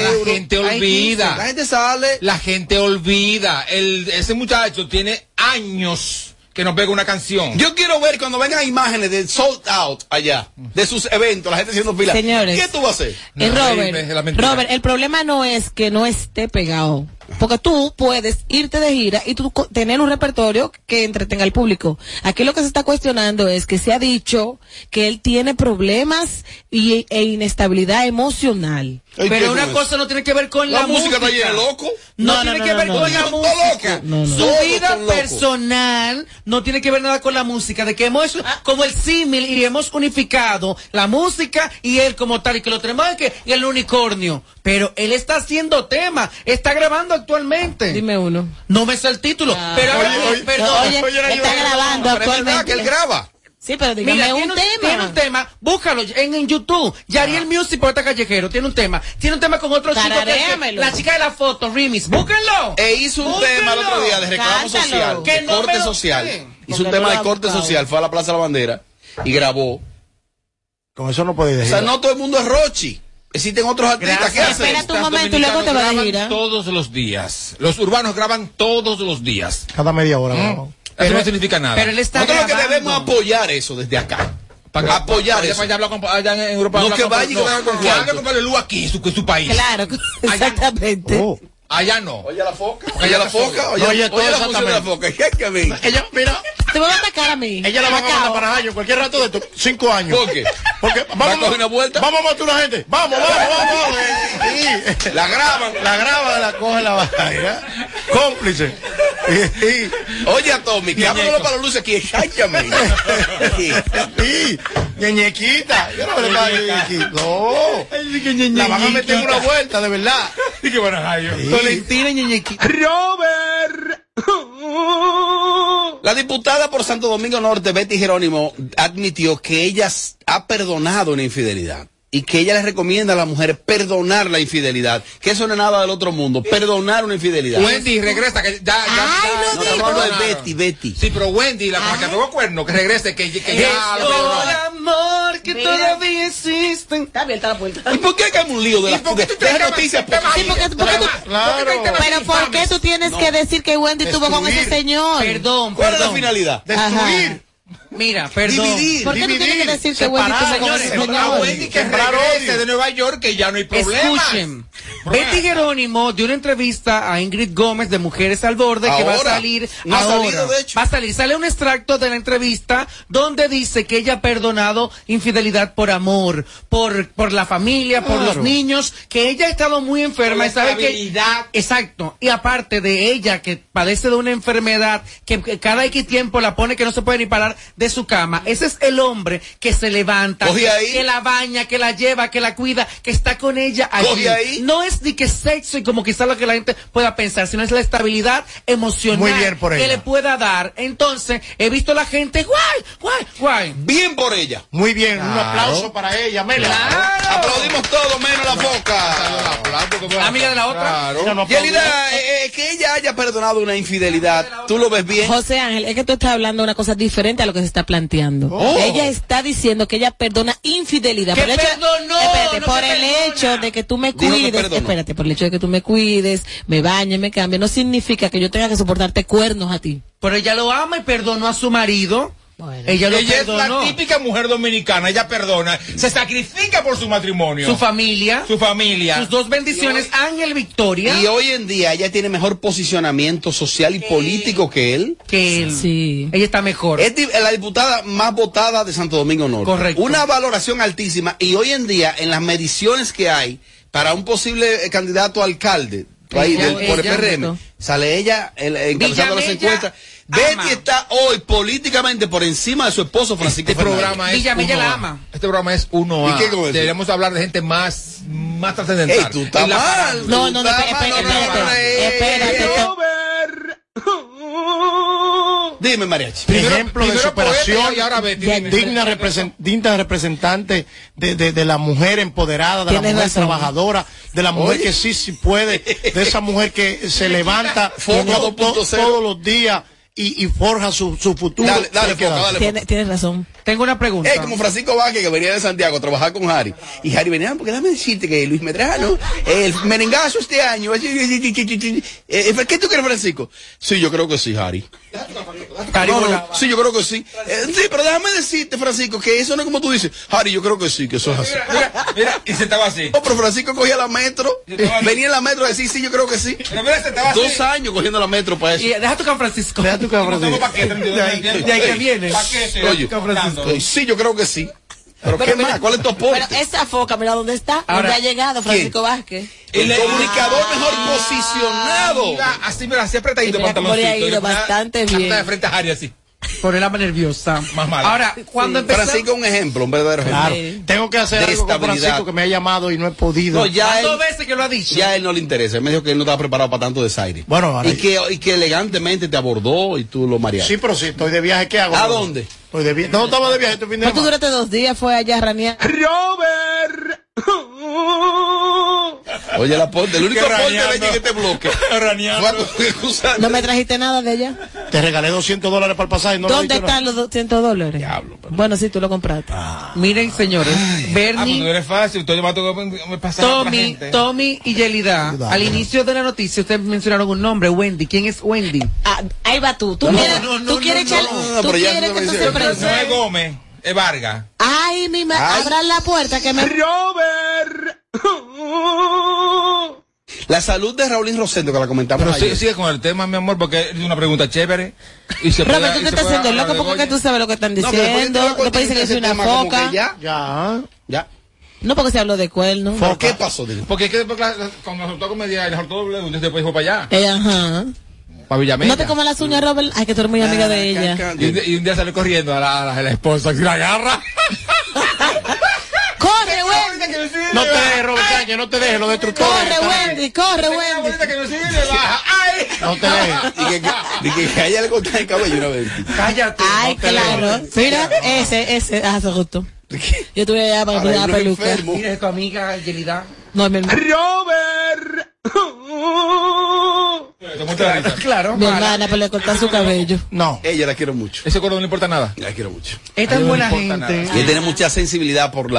olvida. La gente sale. La gente olvida. Ese muchacho tiene años que nos pega una canción. Yo quiero ver cuando vengan imágenes de sold out allá, de sus eventos, la gente haciendo fila. Señores, ¿qué tú vas a hacer? Robert, el problema no es que no esté pegado. Porque tú puedes irte de gira y tú tener un repertorio que entretenga al público. Aquí lo que se está cuestionando es que se ha dicho que él tiene problemas e inestabilidad emocional. Pero una cosa no tiene que ver con la música. ¿Está llena de loco? No tiene que ver con la música. Su vida personal no tiene que ver nada con la música. De que hemos, como el símil, y hemos unificado la música y él como tal, y que lo tenemos que el unicornio. Pero él está haciendo tema, está grabando actualmente. Dime uno. No me sé el título. Pero perdón. Está grabando actualmente. Que él graba. Sí, pero dígame un tema. Tiene un tema, búscalo en YouTube. Yariel Music, poeta callejero, tiene un tema con otro chico. La chica de la foto, remix, búsquenlo. Hizo un tema el otro día de reclamo social, de corte social. Hizo un tema de corte social, fue a la Plaza de la Bandera y grabó. Con eso no puede decir. O sea, no todo el mundo es Rochi. Existen otros artistas que hacen. Espérate un momento y luego te vas a ir. Todos los días. Los urbanos graban todos los días. Cada media hora. Eso no significa nada. Pero él está nosotros lo que debemos apoyar eso desde acá. Apoyar eso. Allá en Europa. No que vaya y que haga con cuarto. Con Palelú aquí, su país. Claro, exactamente. Allá no. Oye la foca. Oye la foca. Oye la música de la foca. Ella, mira. Te voy a atacar a mí. Ella la va a mandar para años, cualquier rato de estos 5 años. ¿Por qué? Porque vamos a coger una vuelta. Vamos a matar una gente. Vamos. La graban, la coge la vaina. Cómplice. Oye, Tommy, que háblalo para la luz aquí. Cháchame. Ñeñequita. Yo no le pago ñeñequita. No. La van a meter en una vuelta, de verdad. Y qué bueno, Jayo. Valentina Ñeñequita. Robert. La diputada por Santo Domingo Norte, Betty Jerónimo, admitió que ella ha perdonado una infidelidad y que ella le recomienda a las mujeres perdonar la infidelidad, que eso no es nada del otro mundo, perdonar una infidelidad. Wendy, regresa, que ya no estamos hablando de Betty. Sí, pero Wendy, la que pegó cuerno, que regrese, que ya lo perdonó. El amor que todavía existe. Está abierta la puerta. ¿Y por qué hay un lío de las noticias? Pero ¿por qué tú tienes que decir que Wendy estuvo con ese señor? Perdón. ¿Cuál es la finalidad? Destruir. Mira, perdón. ¿Por qué tú tienes que decir que Wendy tuvo con ese señor? Wendy que regrese de Nueva York, que ya no hay problema. Escuchen. Betty Jerónimo dio una entrevista a Ingrid Gómez de Mujeres al Borde que va a salir ahora. Va a salir. Sale un extracto de la entrevista donde dice que ella ha perdonado infidelidad por amor, por la familia, por los niños, que ella ha estado muy enferma y sabe que exacto. Y aparte de ella que padece de una enfermedad que cada X tiempo la pone que no se puede ni parar de su cama. Ese es el hombre que se levanta, que la baña, que la lleva, que la cuida, que está con ella allí. No es ni que sexo y como quizás lo que la gente pueda pensar, sino es la estabilidad emocional muy bien por que le pueda dar. Entonces, he visto la gente, guay. Bien por ella. Muy bien, un aplauso para ella, Mela. Claro. Aplaudimos todos, menos la foca. Amiga de la otra. Yelida, que ella haya perdonado una infidelidad, ¿tú lo ves bien? José Ángel, es que tú estás hablando de una cosa diferente a lo que se está planteando. Ella está diciendo que ella perdona infidelidad. ¿Qué Por el hecho de que tú me cuides, espérate, por el hecho de que tú me cuides, me bañes, me cambies, no significa que yo tenga que soportarte cuernos a ti. Pero ella lo ama y perdonó a su marido. Bueno, ella es la típica mujer dominicana, ella perdona, se sacrifica por su matrimonio. Su familia. Sus dos bendiciones, Ángel Victoria. Y hoy en día ella tiene mejor posicionamiento social y político que él. Sí. Ella está mejor. Es la diputada más votada de Santo Domingo Norte. Correcto. Una valoración altísima. Y hoy en día, en las mediciones que hay para un posible candidato a alcalde por el PRM, sale ella encabezando las encuestas. Betty está hoy políticamente por encima de su esposo Francisco Fernández. Villamella la ama. Este programa es 1A. ¿Y qué? Deberíamos hablar de gente más más trascendental. Ey, tú estás mal. No, espérate. Dime, Mariachi. Ejemplo de superación y ahora digna representante de la mujer empoderada, de la mujer trabajadora, de la mujer que sí puede, de esa mujer que se levanta todos los días y forja su futuro. Dale, Tienes razón. Tengo una pregunta. Es como Francisco Vázquez, que venía de Santiago a trabajar con Harry. Y Harry venía, porque déjame decirte que Luis Medrano, el merengazo este año. ¿Qué tú crees, Francisco? Sí, yo creo que sí, Harry. Sí, yo creo que sí. Sí, pero déjame decirte, Francisco, que eso no es como tú dices. Harry, yo creo que sí, que eso es así. Mira, y se estaba así. No, pero Francisco cogía la metro, venía en la metro a decir, sí, yo creo que sí. Pero mira, se estaba así. 2 años cogiendo la metro para eso. Y deja tocar Francisco. Deja tu cabra. De ahí que viene. Oye, sí, yo creo que sí. Pero ¿qué más? ¿Cuál es tu aporte? Pero esa foca, mira dónde está. ¿Dónde ha llegado Francisco Vázquez? El comunicador mejor posicionado. Así, mira, así apretadito el Mira cómo le ha ido bastante bien. De frente a Harry así. Ponerla nerviosa. Más mal. Ahora, cuando empezó. Francisco es un ejemplo, un verdadero ejemplo. Claro. Tengo que hacer algo con Francisco, que me ha llamado y no he podido. No, ya ¿Cuántas veces que lo ha dicho? Ya a él no le interesa. Él me dijo que él no estaba preparado para tanto desaire. Bueno, ahora y que elegantemente te abordó y tú lo mareaste. Sí, pero sí, estoy de viaje. ¿Qué hago? ¿A dónde? Estoy de viaje. No, estaba de viaje este fin de No, tú semana. duraste 2 días, fue allá a ranear. Robert. Oye, el aporte, el único aporte de ella que te bloque. No me trajiste nada de ella. Te regalé $200 para el pasaje. No ¿Dónde están los $200? Diablo, pero... Bueno, sí, tú lo compraste. Miren, señores, Bernie, no eres fácil, me pasa Tommy y Yelida. Al inicio de la noticia, ustedes mencionaron un nombre, Wendy. ¿Quién es Wendy? Ahí va tú. Tú quieres echar. Tú quieres que tú se prese. No es Gómez, es Vargas. Ay, mi madre, abran la puerta que me. Robert. La salud de Raulín Rosendo, que la comentamos Pero ayer. sigue con el tema, mi amor, porque es una pregunta chévere. Y se Robert, tú te estás haciendo loco porque tú sabes lo que están diciendo. Después dicen que soy una foca. Ya. No, porque se habló de cuernos. ¿Por qué pasó? Porque es que después, cuando nos soltó comedia y le soltó doble, usted después fue para allá. Ajá. Para Villamella. No te comas las uñas, Robert. Ay, que tú eres muy amiga de ella. Y un día sale corriendo a la esposa y la agarra. ¡Corre, Wendy! No te dejes, Robert Sánchez, no te dejes, los destructores. ¡Corre, Wendy! ¡Corre, Wendy! No te dejes. Y que a ella le cortan el cabello una vez. Cállate. Ay, claro. Mira, ese, se gustó. Yo tuve allá para poner la peluca. Mira, tu amiga Yelida. No, mi hermana. Robert. Claro. Mi hermana, pero le cortar su cabello. No. Ella la quiero mucho. Ese gordo no le importa nada. La quiero mucho. Es tan buena gente. Y él tiene mucha sensibilidad por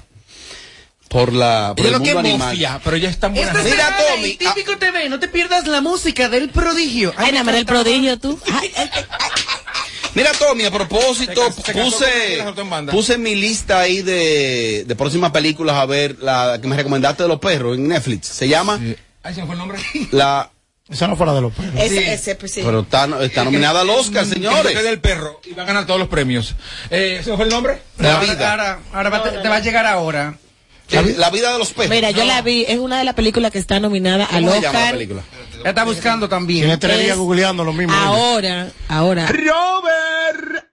Ella el lo que mundo es animal. mofia, pero ella es tan buena. Esta Mira, semana Tommy, en Típico TV, no te pierdas la música del prodigio. Ay, nada más el prodigio, tú. Mira, Tommy, a propósito, puse en mi lista ahí de próximas películas a ver la que me recomendaste de los perros en Netflix. Se llama... Ay, ¿se me fue el nombre? Esa no fue la de los perros. Ese, pues sí. Pero está nominada al Oscar, señores. Es del perro y va a ganar todos los premios. ¿Se me fue el nombre? La vida. Ahora te va a llegar ahora. La vida de los perros. Mira, yo la vi, es una de las películas que está nominada al ¿Cómo se llama la Oscar. película? La está buscando también. Tiene 3 días googleando lo mismo. Ahora. Robert.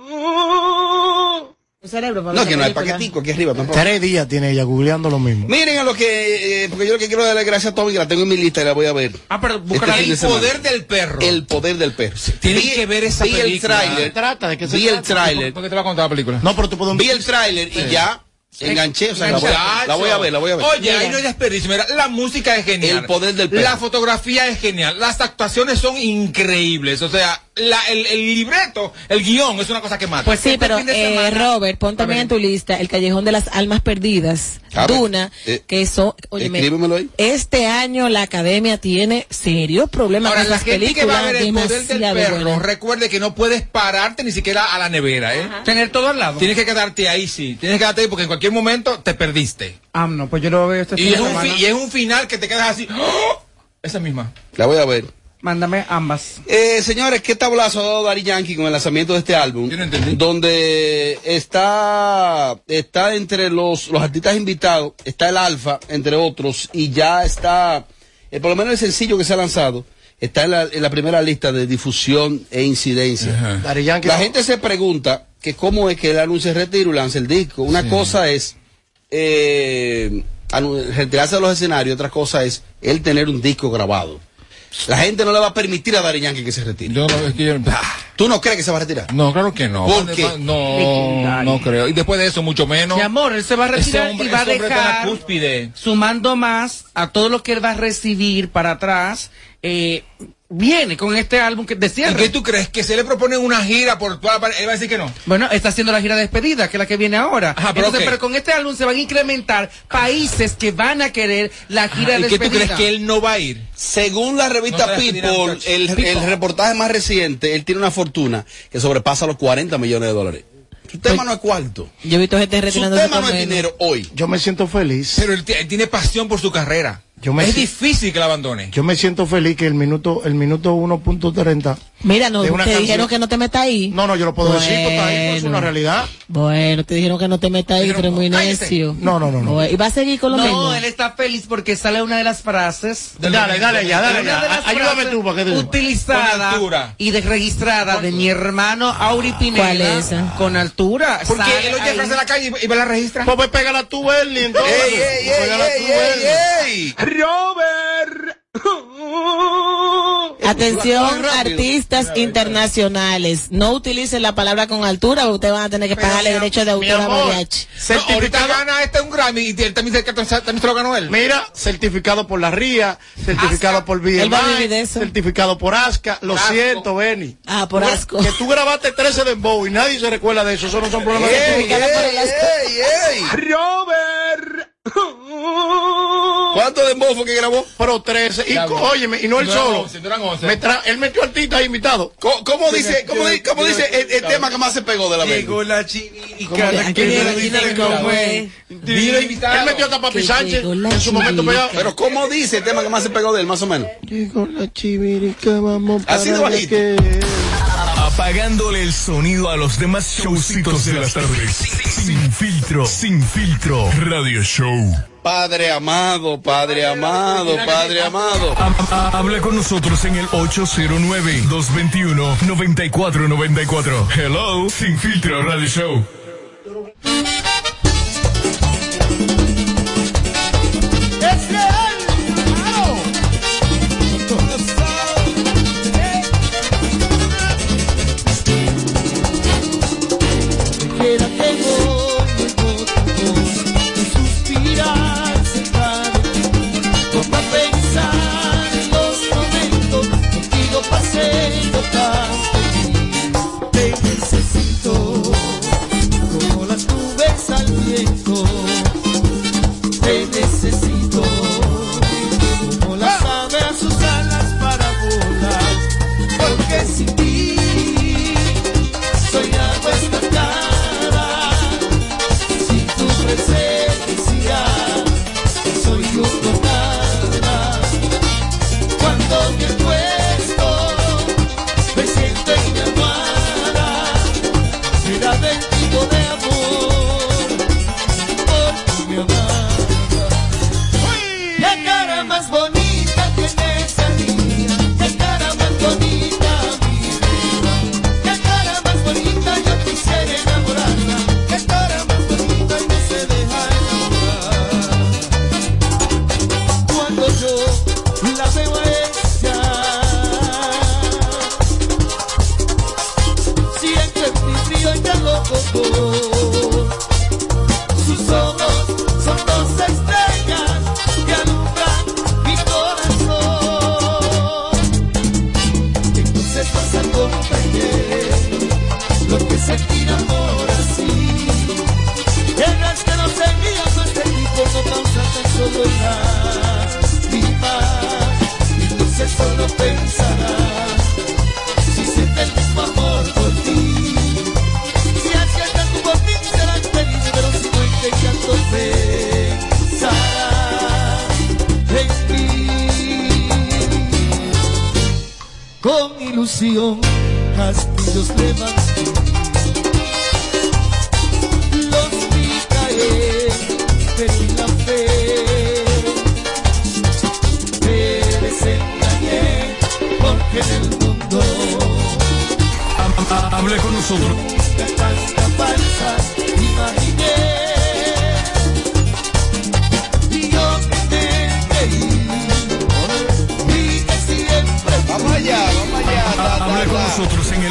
Un cerebro para No, ver que no esa hay película. paquetico aquí arriba tampoco. 3 días tiene ella googleando lo mismo. Miren a lo que... porque yo lo que quiero darle gracias a Tommy, que la tengo en mi lista y la voy a ver. Pero búscala Este fin ahí. de El semana. poder del perro. El poder del perro. Tienes que ver esa vi película. el tráiler. Trata de que se Vi el tráiler. ¿Por qué te va a contar la película? No, pero tú puedes. Vi el tráiler y ya enganché. O sea, la voy a ver. Oye, ahí no hay desperdicio. Mira, la música es genial. El poder del perro. La fotografía es genial. Las actuaciones son increíbles. O sea, el libreto, el guión es una cosa que mata. Pues sí, pero Robert, pon también en tu lista El Callejón de las Almas Perdidas, Duna, que eso, óyeme, escríbemelo ahí. este año la Academia tiene serios problemas Ahora, con la las gente que va a películas, ver el poder del demasiado perro, buenas. recuerde que no puedes pararte ni siquiera a la nevera, ¿eh? Tener todo al lado. Tienes que quedarte ahí, sí. Tienes que quedarte ahí porque en cualquier momento te perdiste. No, pues yo lo veo este fin Y de es, semana. y es un final que te quedas así. ¡Oh! Esa misma. La voy a ver. Mándame ambas. Señores, ¿qué tablazo ha dado Daddy Yankee con el lanzamiento de este álbum? Yo no entendí. Donde está entre los artistas invitados, está el Alfa, entre otros, y ya está, por lo menos el sencillo que se ha lanzado, está en la primera lista de difusión e incidencia. Daddy Yankee, La gente se pregunta que cómo es que él anuncia el retiro y lanza el disco. Una cosa es retirarse de los escenarios, otra cosa es él tener un disco grabado. La gente no le va a permitir a Daddy Yankee que se retire. ¿Tú no crees que se va a retirar? No, claro que no. ¿Por qué? No creo. Y después de eso, mucho menos. Mi amor, él se va a retirar y va a dejar sumando más a todo lo que él va a recibir para atrás. Viene con este álbum que de cierre. ¿Y qué tú crees? ¿Que se le propone una gira por toda la... Él va a decir que no? Bueno, está haciendo la gira de despedida, que es la que viene ahora. Ajá, pero con este álbum se van a incrementar países que van a querer la gira de despedida. ¿Y qué tú crees que él no va a ir? Según la revista People, el reportaje más reciente, él tiene una fortuna que sobrepasa los $40 millones. Su tema no es cuarto. Yo he visto gente retirando. Su tema no es dinero hoy. Yo me siento feliz. Pero él tiene pasión por su carrera. Es difícil que la abandone. Yo me siento feliz que el minuto 1.30. Mira, no, te dijeron que no te metas ahí. No, yo lo puedo decir, porque está ahí, pues, es una realidad. Bueno, te dijeron que no te metas ahí, pero es muy necio. No. ¿Y va a seguir con lo mismo? No, él está feliz porque sale una de las frases. Dale ya. Ayúdame tú para que te utilizada y registrada de mi hermano Auri Pineda. ¿Cuál es esa? Con altura. Porque él oye frase en la calle y me la registra. Pues pégala tú, Bernie, entonces. ¡Ey! Robert. Atención, artistas internacionales. No utilicen la palabra con altura, porque ustedes van a tener que pagarle derechos de autor a mariachi. Ahorita gana un Grammy y también se lo ganó él. Mira, certificado por la RIA, certificado por BMI, certificado por ASCA. Lo siento, Benny. Por ASCO. Que tú grabaste 13 dembow y nadie se recuerda de eso. Eso no son problemas Robert. ¿Cuánto dembow fue que grabó? Pero 13. Y óyeme, y no él solo. Él metió artistas invitados. ¿Cómo dice el tema que más se pegó de la vez? Llegó la chinica. Él metió hasta Papi Sánchez en su momento pegado. Pero ¿cómo dice el tema que más se pegó de él, más o menos? Llegó la chivirica, vamos para así de bajito. Apagándole el sonido a los demás showcitos de las tardes. Sin filtro, radio show. Padre amado. Hable con nosotros en el 809-221-9494. Hello, Sin Filtro Radio Show. Con ilusión, castillos levanté, los vi caer, perdí la fe, me desengañé, porque en el mundo hable con nosotros. Tanta falsa imaginé, y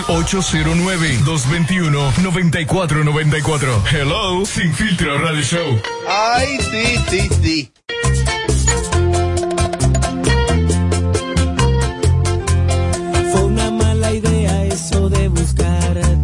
809-221-9494. Hello, Sin Filtro Radio Show. Ay, sí. Fue una mala idea eso de buscarte,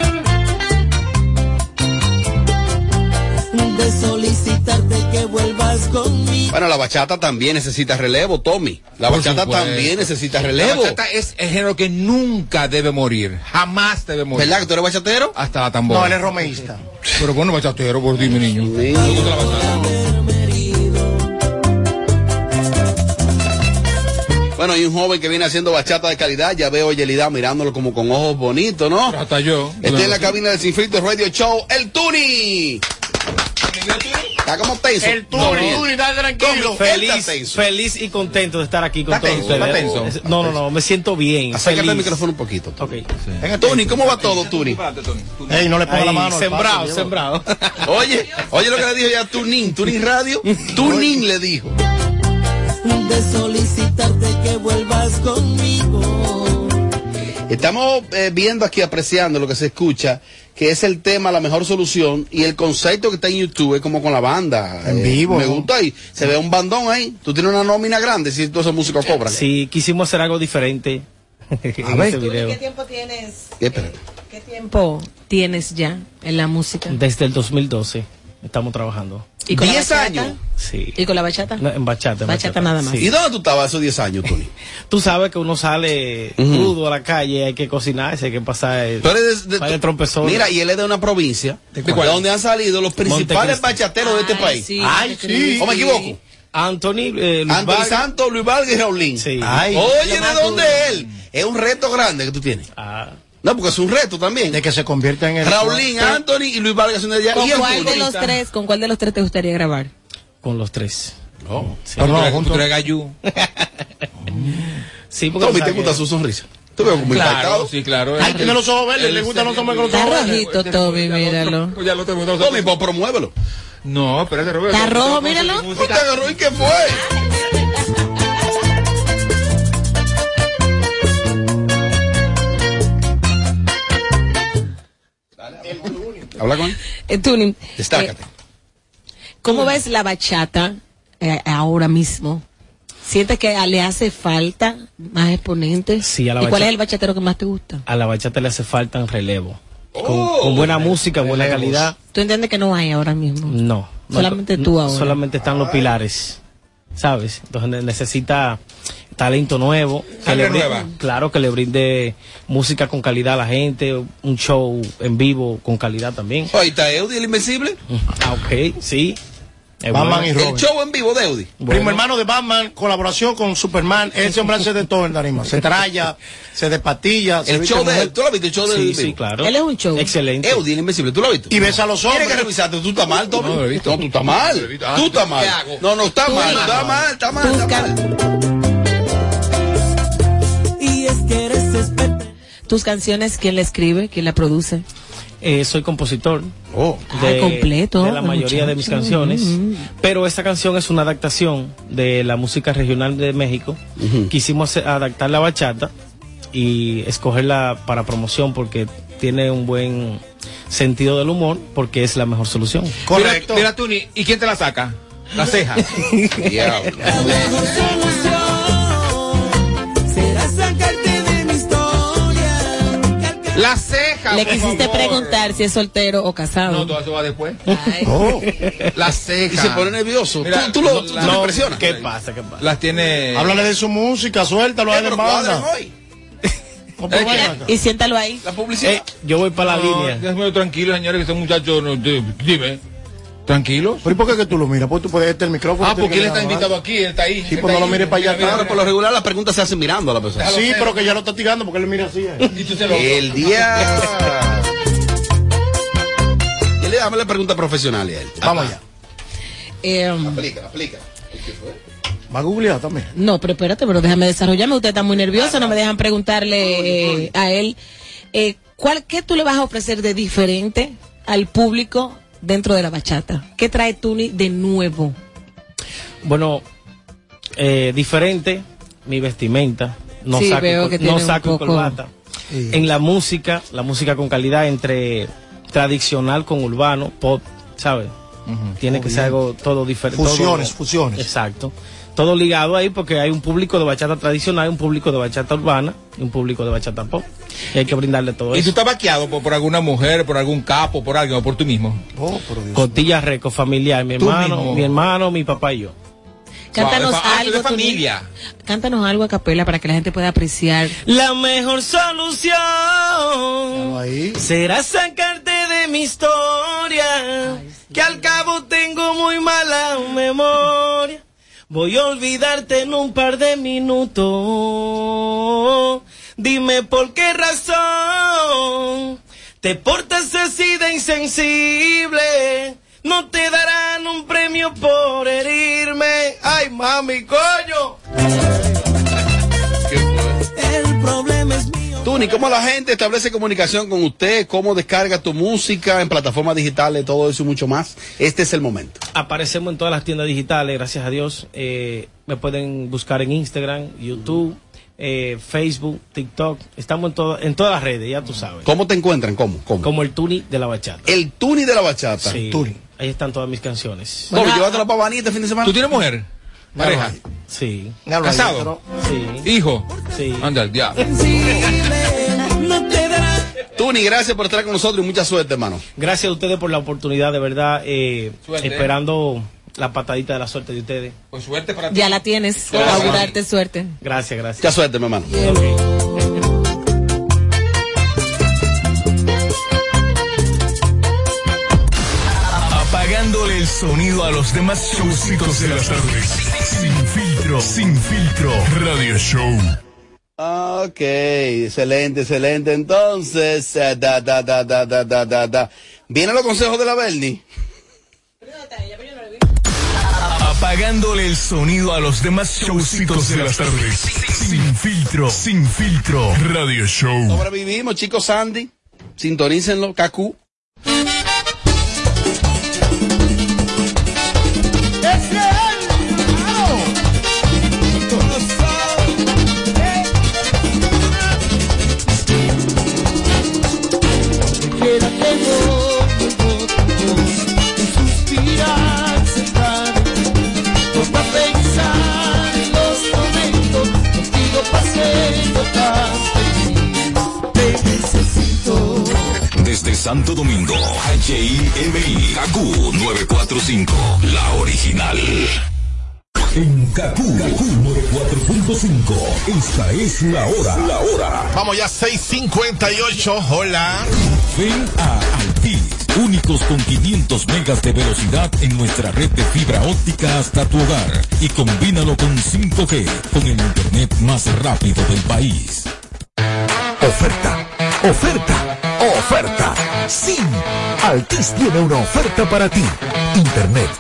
de solicitarte que vuelvas conmigo. Bueno, la bachata también necesita relevo, Tommy. La bachata también necesita relevo. La bachata es el género que nunca debe morir. Jamás debe morir. ¿Verdad que tú eres bachatero? Hasta la tambora. No, él es romeísta. Pero bueno, bachatero, por dime, niño. Sí. ¿Te gusta la bachata? Bueno, hay un joven que viene haciendo bachata de calidad. Ya veo a Yelida mirándolo como con ojos bonitos, ¿no? Hasta yo. Está en la cabina del Sin Filtro Radio Show, el Tuni. Está como tenso. El Tuni, dale tranquilo. Feliz y contento de estar aquí con todos ustedes. ¿Está tenso? No, me siento bien. Acércate el micrófono un poquito. Ok. Tuni, ¿cómo va todo, Tuni? Ey, no le ponga la mano. Sembrado. Oye lo que le dijo ya Tunin Radio. Tunin le dijo. De solicitarte que vuelvas conmigo. Estamos viendo aquí, apreciando lo que se escucha, que es el tema La Mejor Solución, y el concepto que está en YouTube es como con la banda. En vivo. Me gusta ahí. Se ve un bandón ahí. Tú tienes una nómina grande si todos esos músicos cobran. Sí, quisimos hacer algo diferente en este video. ¿Qué tiempo tienes? Espérate. ¿Qué tiempo tienes ya en la música? Desde el 2012 estamos trabajando. ¿Y con 10 la años. Sí. ¿Y con la bachata? No, en bachata. Bachata nada más. Sí. ¿Y dónde tú estabas esos 10 años, Tony? Tú sabes que uno sale crudo a la calle, hay que cocinarse, hay que pasar el trompezón. Mira, y él es de una provincia de donde han salido los principales bachateros de este país. Sí, ¿O me equivoco? Anthony Santos, Luis Vargas y Raulín. Sí. Oye, ¿de dónde es él? Es un reto grande que tú tienes. No, porque es un reto también. De que se convierta en el... Raulín, Anthony y Luis Vargas son de allá. ¿Con cuál de los tres te gustaría grabar? Con los tres. Oh. Sí. ¿Tú eres gallú? Sí, porque... Tommy, ¿te gusta su sonrisa? Tú veo como impactado. Sí, claro. Ay, tiene los ojos verdes, le gustan los hombres con los ojos verdes. Está rojito, Tommy, míralo. Ya lo tengo. Tommy, pues promuévelo. No, espérate, Roberto. Está rojo, míralo. ¿Cómo te agarró y qué fue? Habla con él. Tuning. Destácate. ¿Cómo ves la bachata ahora mismo? ¿Sientes que le hace falta más exponentes? Sí, a la ¿Y bachata. cuál es el bachatero que más te gusta? A la bachata le hace falta un relevo. Con buena música, buena calidad. ¿Tú entiendes que no hay ahora mismo? No. Solamente tú ahora. Solamente están los pilares, ¿sabes? Entonces necesita talento nuevo. Claro, que le brinde música con calidad a la gente, un show en vivo con calidad también. Ahí está Eudi, el Invencible. Ok, sí. Batman y Robin. El show en vivo de Eudi. Primo hermano de Batman, colaboración con Superman. Ese hombre hace de todo en tarima. Se tralla, se despatilla. El show de él. ¿Tú lo has visto? El show de él. Sí, claro. Él es un show. Excelente. Eudi, el Invencible. ¿Tú lo has visto? Y ves a los hombres. Tienes que revisarte. ¿Tú estás mal, Tommy? No, lo he visto. No, tú estás mal. Tú estás mal. No, está mal. Está mal. Y es que eres experta. ¿Tus canciones quién la escribe? ¿Quién la produce? Soy compositor completo, de la mayoría de mis canciones, pero esta canción es una adaptación de la música regional de México. Quisimos adaptar la bachata y escogerla para promoción porque tiene un buen sentido del humor, porque es la mejor solución. Correcto. Mira, Tuni, ¿y quién te la saca? La ceja. Diablo. La mejor solución será sacarte de mi historia. La ceja. Le por quisiste favor. preguntar si es soltero o casado. No, todo eso va después. Ay. La ceja. Y se pone nervioso. Mira, Tú lo impresionas. ¿Qué pasa? Las tiene. Háblale de su música, suéltalo a él en banda. Y siéntalo ahí. La publicidad. Yo voy para la línea. Déjame tranquilo, señores, que ese muchacho. Dime. ¿Tranquilo? ¿Pero y por qué que tú lo miras? Pues tú puedes este el micrófono. Porque él está invitado aquí, él está ahí. Sí, pues no lo mires para allá. Claro, por lo regular las preguntas se hacen mirando a la persona. Sí, pero que ya lo está tirando porque él mira así. Y tú se lo. El día. Y le damos la pregunta profesional a él. Vamos allá. Aplica. Va a googlear también. No, pero espérate, pero déjame desarrollarme. Usted está muy nervioso, no me dejan preguntarle a él. ¿Qué tú le vas a ofrecer de diferente al público dentro de la bachata? ¿Qué trae Tuni de nuevo? Bueno, diferente, mi vestimenta. No Sí, saco, veo que no tiene saco un poco... corbata. en la música con calidad entre tradicional con urbano, pop, ¿sabes? Tiene que ser algo todo diferente. Fusiones. Exacto. Todo ligado ahí porque hay un público de bachata tradicional, un público de bachata urbana y un público de bachata pop. Y hay que brindarle todo eso. ¿Y tú estás vaqueado por alguna mujer, por algún capo, por alguien o por tú mismo? Cotilla Reco, familiar, mi hermano, mi papá y yo. Cántanos algo de familia. Cántanos algo a capela para que la gente pueda apreciar. La mejor solución será sacarte de mi historia, que al cabo tengo muy mala memoria. Voy a olvidarte en un par de minutos. Dime por qué razón te portas así de insensible. No te darán un premio por herirme. Ay, mami, coño. El problema es mío. Tuni, ¿cómo la gente establece comunicación con usted? ¿Cómo descarga tu música en plataformas digitales, todo eso y mucho más? Este es el momento. Aparecemos en todas las tiendas digitales, gracias a Dios. Me pueden buscar en Instagram, YouTube, Facebook, TikTok. Estamos en todas las redes, ya tú sabes. ¿Cómo te encuentran? ¿Cómo? Como el Tuni de la bachata. El Tuni de la bachata. Sí. Tuni. Ahí están todas mis canciones. Bueno, llévatela para Baní este fin de semana. ¿Tú tienes mujer? ¿Pareja? Sí. ¿Casado? Sí. ¿Hijo? Sí. Anda el diablo. Tuni, gracias por estar con nosotros y mucha suerte, hermano. Gracias a ustedes por la oportunidad, de verdad. Esperando la patadita de la suerte de ustedes. Pues suerte para ti. Ya la tienes. Augurarte suerte. Gracias. Mucha suerte, mi hermano. Apagándole el sonido a los demás showcitos de las tardes. Sin filtro, radio show. Ok, excelente. Entonces, ¿vienen los consejos de la Bernie? Apagándole el sonido a los demás showcitos de las tardes. Sin filtro, radio show. Sobrevivimos, chicos. Sandy, sintonícenlo, Kaku. Desde Santo Domingo, HIMI, Kaku 945, la original. En Kaku 945, esta es la hora. Vamos ya, 6:58, hola. Ven a Altis, únicos con 500 megas de velocidad en nuestra red de fibra óptica hasta tu hogar. Y combínalo con 5G, con el internet más rápido del país. Oferta. Sí, Altis tiene una oferta para ti. Internet.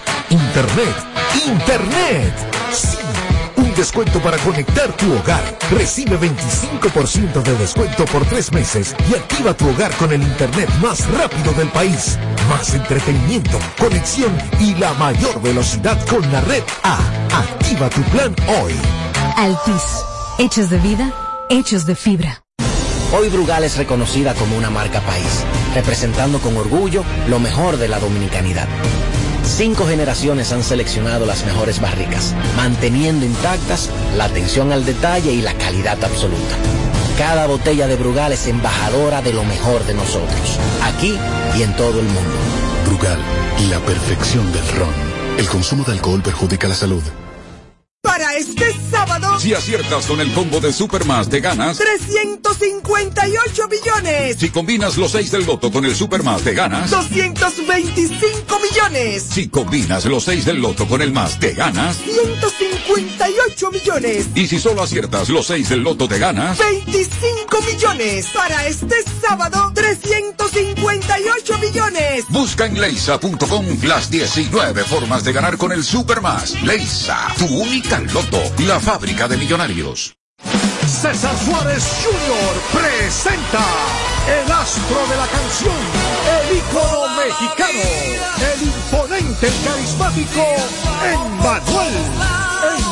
Sí, un descuento para conectar tu hogar. Recibe 25% de descuento por 3 meses y activa tu hogar con el internet más rápido del país. Más entretenimiento, conexión y la mayor velocidad con la red A. Activa tu plan hoy. Altis, hechos de vida, hechos de fibra. Hoy Brugal es reconocida como una marca país, representando con orgullo lo mejor de la dominicanidad. 5 generaciones han seleccionado las mejores barricas, manteniendo intactas la atención al detalle y la calidad absoluta. Cada botella de Brugal es embajadora de lo mejor de nosotros, aquí y en todo el mundo. Brugal, la perfección del ron. El consumo de alcohol perjudica la salud. Para este sábado, si aciertas con el combo de Supermás, te ganas 358 millones. Si combinas los 6 del loto con el Supermás, te ganas 225 millones. Si combinas los 6 del loto con el más, te ganas 158 millones. Y si solo aciertas los 6 del loto, te ganas 25 millones. Para este sábado, 358 millones. Busca en leisa.com las 19 formas de ganar con el Supermás. Leisa, tu única loto, la fábrica de millonarios. César Suárez Jr. presenta el astro de la canción, el ícono mexicano, el imponente, el carismático Emmanuel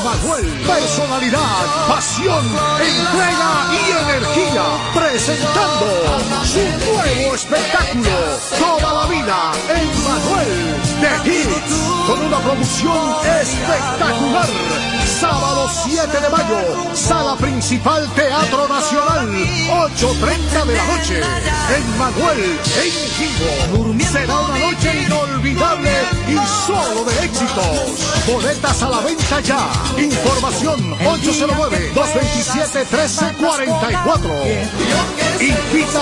Emanuel. Personalidad, pasión, entrega y energía. Presentando su nuevo espectáculo, Toda la Vida, Emanuel de Hits, con una producción espectacular. Sábado 7 de mayo, Sala Principal Teatro Nacional, 8:30 de la noche. Emanuel en vivo. Será una noche inolvidable y solo de éxitos. Boletas a la venta ya. Información 809-227-1344. Invita.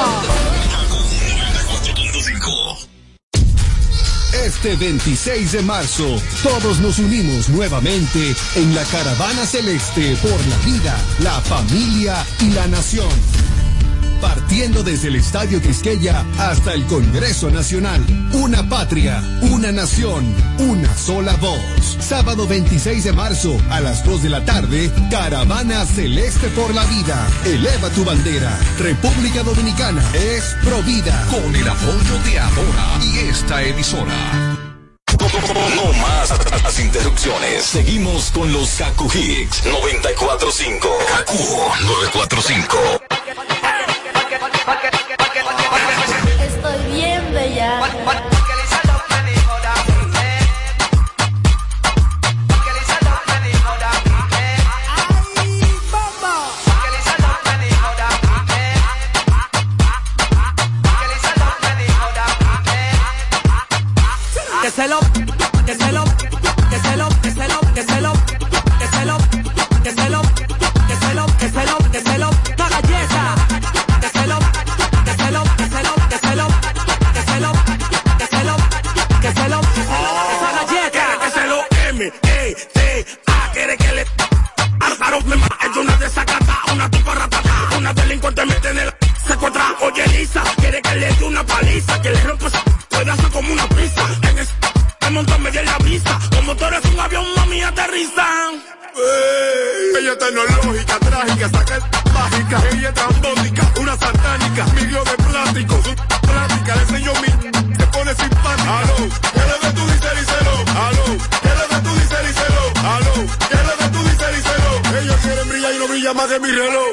Este 26 de marzo, todos nos unimos nuevamente en la Caravana Celeste por la vida, la familia y la nación. Partiendo desde el Estadio Quisqueya hasta el Congreso Nacional. Una patria, una nación, una sola voz. Sábado 26 de marzo a las 2 de la tarde, Caravana Celeste por la Vida. Eleva tu bandera. República Dominicana es Provida. Con el apoyo de Ahora y esta emisora. No más las interrupciones. Seguimos con los Kaku Hicks 94.5. Kaku 945. Estoy bien bella. Que se lo, que se lo, que se lo, que se lo, que se lo, que se lo, que se lo, que se lo, que se lo, que se lo, la galleta. Que se lo, que se lo, que se lo, que se lo, que se lo, que se lo, que se lo, esa galleta. Que se lo M-E-T-A, quiere que le hartaron me mata, es una desacata, una tupa ratata, una delincuente mete en el secuestra. Oye Elisa, quiere que le dé una paliza, que le rompa pedazo como una pizza. En el montón me dio la vista, como tú eres un avión, mami, aterrizan. Ella es tecnológica, trágica, saca el mágica. Ella es trambótica, una satánica, mi globo de plástico, su plática, le enseño mi, se pone simpática. Aló, ¿qué le de tú dices, díselo? Aló, ¿qué le de tú dices, díselo? Aló, ¿qué le de tú dices, díselo? Ellos quieren brillar y no brilla más que mi reloj.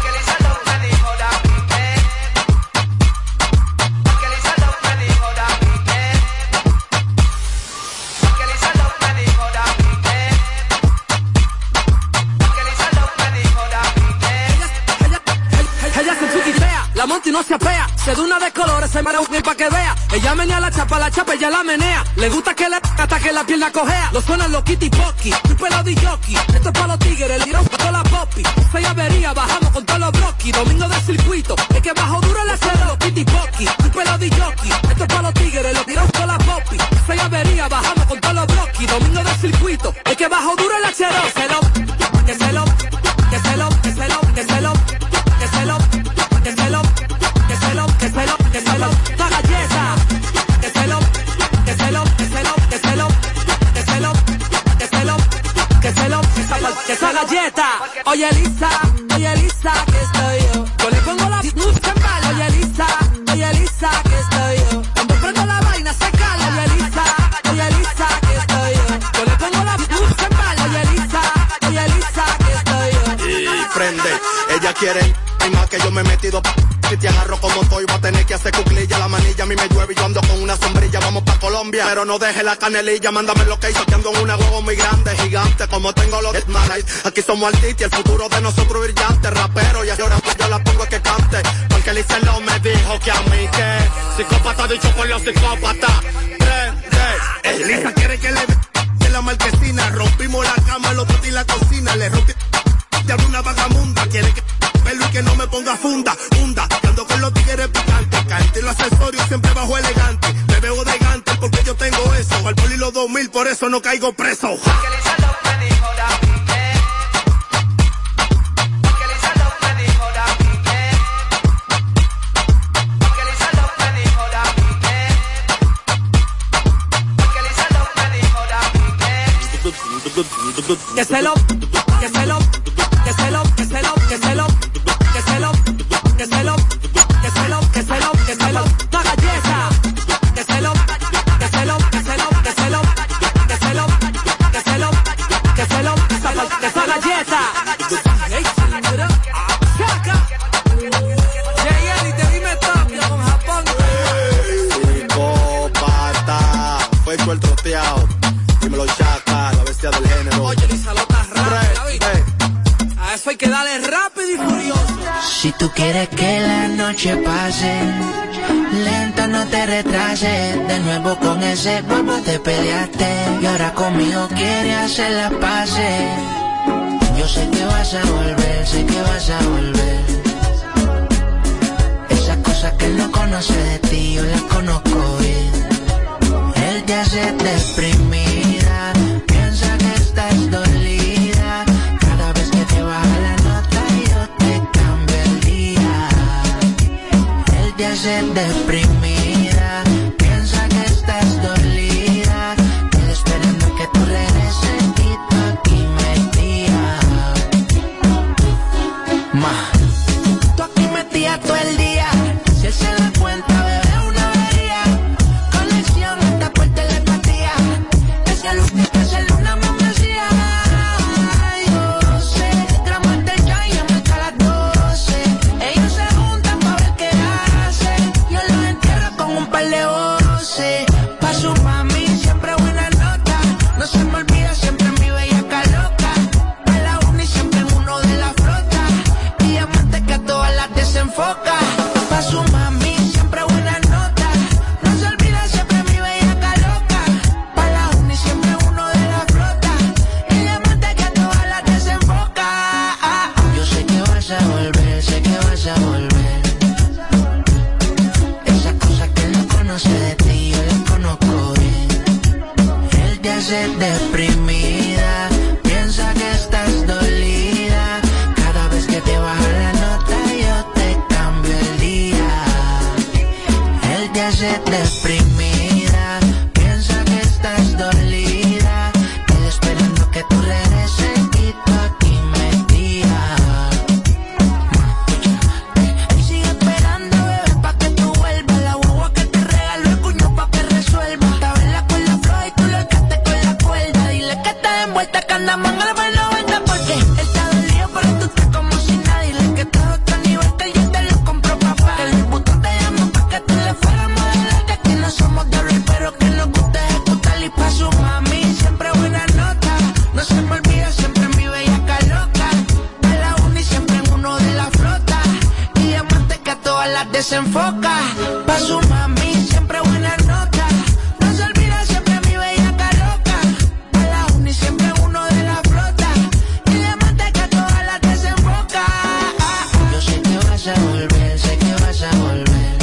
La monta y no se apea, se da una de colores, se marea un pa' que vea. Ella menea la chapa, ella la menea. Le gusta que le hasta que la pierna cojea. Lo suenan los kitty pocky, tu pelo de jockey. Esto es pa' los tigres, le dieron toda la poppy. 6 averías, bajamos con todos los brocky. Domingo del circuito, es que bajo duro el acero, los kitty pocky. Tu pelo de jockey, esto es pa' los tigres, le dieron toda la poppy. 6 averías, bajamos con todos los brocky. Domingo del circuito, es que bajo duro el acero. Que se lo, que se lo, que se lo, que se lo, que se lo, que se lo, que se lo, que se lo, que se lo, que se lo, la galleta. Que se lo, que se lo, que se lo, que se lo, que se lo, que se lo, que se lo, que esa galleta. Oye Elisa, que estoy yo. Yo le pongo la música en bala. Oye Elisa, que estoy yo. Cuando prendo la vaina se cala. Oye Elisa, que estoy yo. Yo le pongo la música en bala. Oye Elisa, que estoy yo. Y prende, ella quiere y más que yo me he metido. Si te agarro como estoy, va a tener que hacer cuclilla. La manilla a mí me llueve y yo ando con una sombrilla. Vamos pa' Colombia, pero no deje la canelilla. Mándame lo que hizo, que ando en una huevo muy grande, gigante. Como tengo los Marais. Aquí somos artistas, el futuro de nosotros brillante. Rapero, y ahora yo la pongo que cante. Porque Licelo me dijo que a mí que psicópata dicho por los psicópatas. Elisa quiere que le dé la marquesina. Rompimos la cama, los botes y la cocina. Le rompí de alguna vagamunda. Quiere que pelo y que no me ponga funda. Que ando con los tigres picantes. Cante los accesorios siempre bajo elegante. Me veo de gante porque yo tengo eso. Al poli los 2000, por eso no caigo preso. Que se lo, que se lo, que se lo, que se lo, que se lo, que se lo, que se lo, que se lo, que se lo, que se lo, la galleta. Que se lo, que se lo, que se lo, que se lo, que se lo, que se lo, que se lo, que se lo, utilízalo tan rápido, ¿viste? A eso hay que darle rápido y furioso. Si tú quieres que la noche pase, lento no te retrases. De nuevo con ese bobo te peleaste y ahora conmigo quieres hacer las paces. Yo sé que vas a volver, sé que vas a volver. Esas cosas que él no conoce de ti, yo las conozco bien. Él te hace deprimida, piensa que estás dolida. Cada vez que te baja la nota yo te cambio el día. Él te hace deprimida, piensa que estás dolida. Él esperando que tú regreses y tú aquí metida. Tú aquí metida todo el día. Si él se da cuenta, bebé, una avería. Conexión hasta por telepatía. Esa luz que hace una membresía. Yo sé, gramos de chai y me a las 12. Ellos se juntan pa' ver qué hacen. Yo los entierro con un par de voces. Pa' su mami siempre buena nota. No se me olvida siempre mi bellaca loca. Pa' la uni siempre uno de la flota. Diamante que a todas las desenfoca. Pa' su mami siempre buena nota. No se olvida siempre mi bellaca loca. Pa' la uni siempre uno de la flota. Y diamante que a todas las desenfoca. Yo sé que vas a volver, sé que vas a volver. Esas cosas que él no conoce de ti, yo las conozco bien. Él te hace deprimida, piensa que estás dolida. Cada vez que te baja la nota yo te cambio el día. Él te hace deprimida, piensa que estás dolida. Él esperando que tú regreses y tú aquí metida. Él sigue esperando, bebé, pa' que tú vuelvas. La guagua que te regaló el cuño pa' que resuelva. Estaba en la cuerda floja y tú lo alcaste con la cuerda. Dile que estás envuelta, que andamos en el vuelo vuelta. Porque él está dolido, pero tú estás como si nada. Dile que estás a otro nivel, que yo te lo compro, papá. Que el botón te llama pa' que tú le fueras a modelar. Que aquí no somos de hablar, pero que nos gusta ejecutar. Y pa' su mami siempre buena nota. No se me olvida siempre mi bellaca loca. A la uni siempre en uno de la flota. Y diamante que a todas las desenfoca. Pa' su mami siempre buena nota. No se olvida siempre mi bellaca loca. A la uni siempre en uno de la flota. Y diamante que a todas las desenfoca. Yo sé que vas a volver, sé que vas a volver.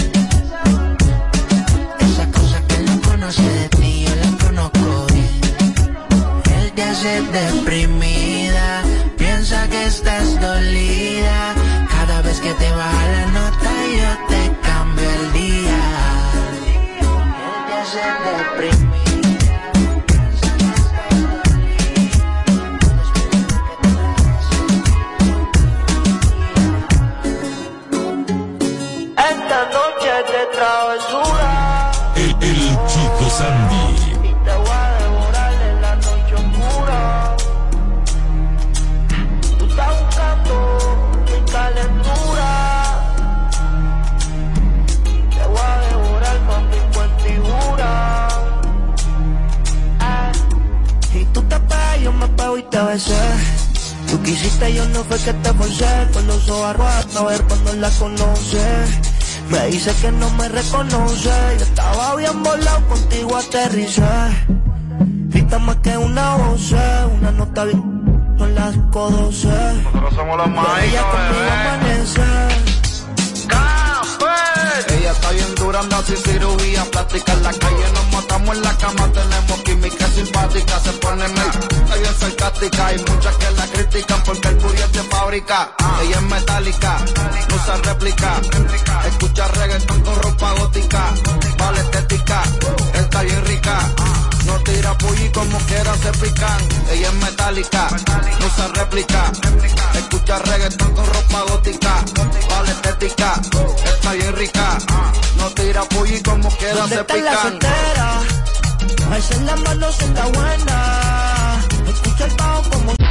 Esas cosas que él no conoce de ti, yo las conozco bien. Él te hace deprimida, piensa que estás dolida. Cada vez que te baja la nota yo te cambio el día. Él te hace deprimida. Esta noche de travesura El Chico Sandy. y te voy a devorar en la noche oscura. Tú estás buscando mi calentura. Te voy a devorar con mi cuentigura. Y tú te pegas, yo me pego y te besé. Tú quisiste, yo no fue que te forcé. Con los ojos arrojados, a ver cuando la conoce. Me dice que no me reconoce. Yo estaba bien volado, contigo aterricé. Grita más que una voz, una nota bien, son las 5:12. Nosotros somos los más ella conmigo amanece. Ella está bien dura, anda sin cirugía plástica. En la calle nos matamos, en la cama tenemos química simpática. Se pone está bien sarcástica. Hay muchas que la critican porque el booty es de fábrica. Ella es metálica, no usa réplica. Escucha reggaetón con ropa gótica. Vale estética, está bien rica. No tira pulli como quiera se pican. Ella es metálica, no usa réplica. Escucha reggaetón con ropa gótica. Vale estética, está bien rica. No tira pulli como quiera se pican. ¿Dónde está la soltera? Alza la mano si está buena. Escucha el bajo como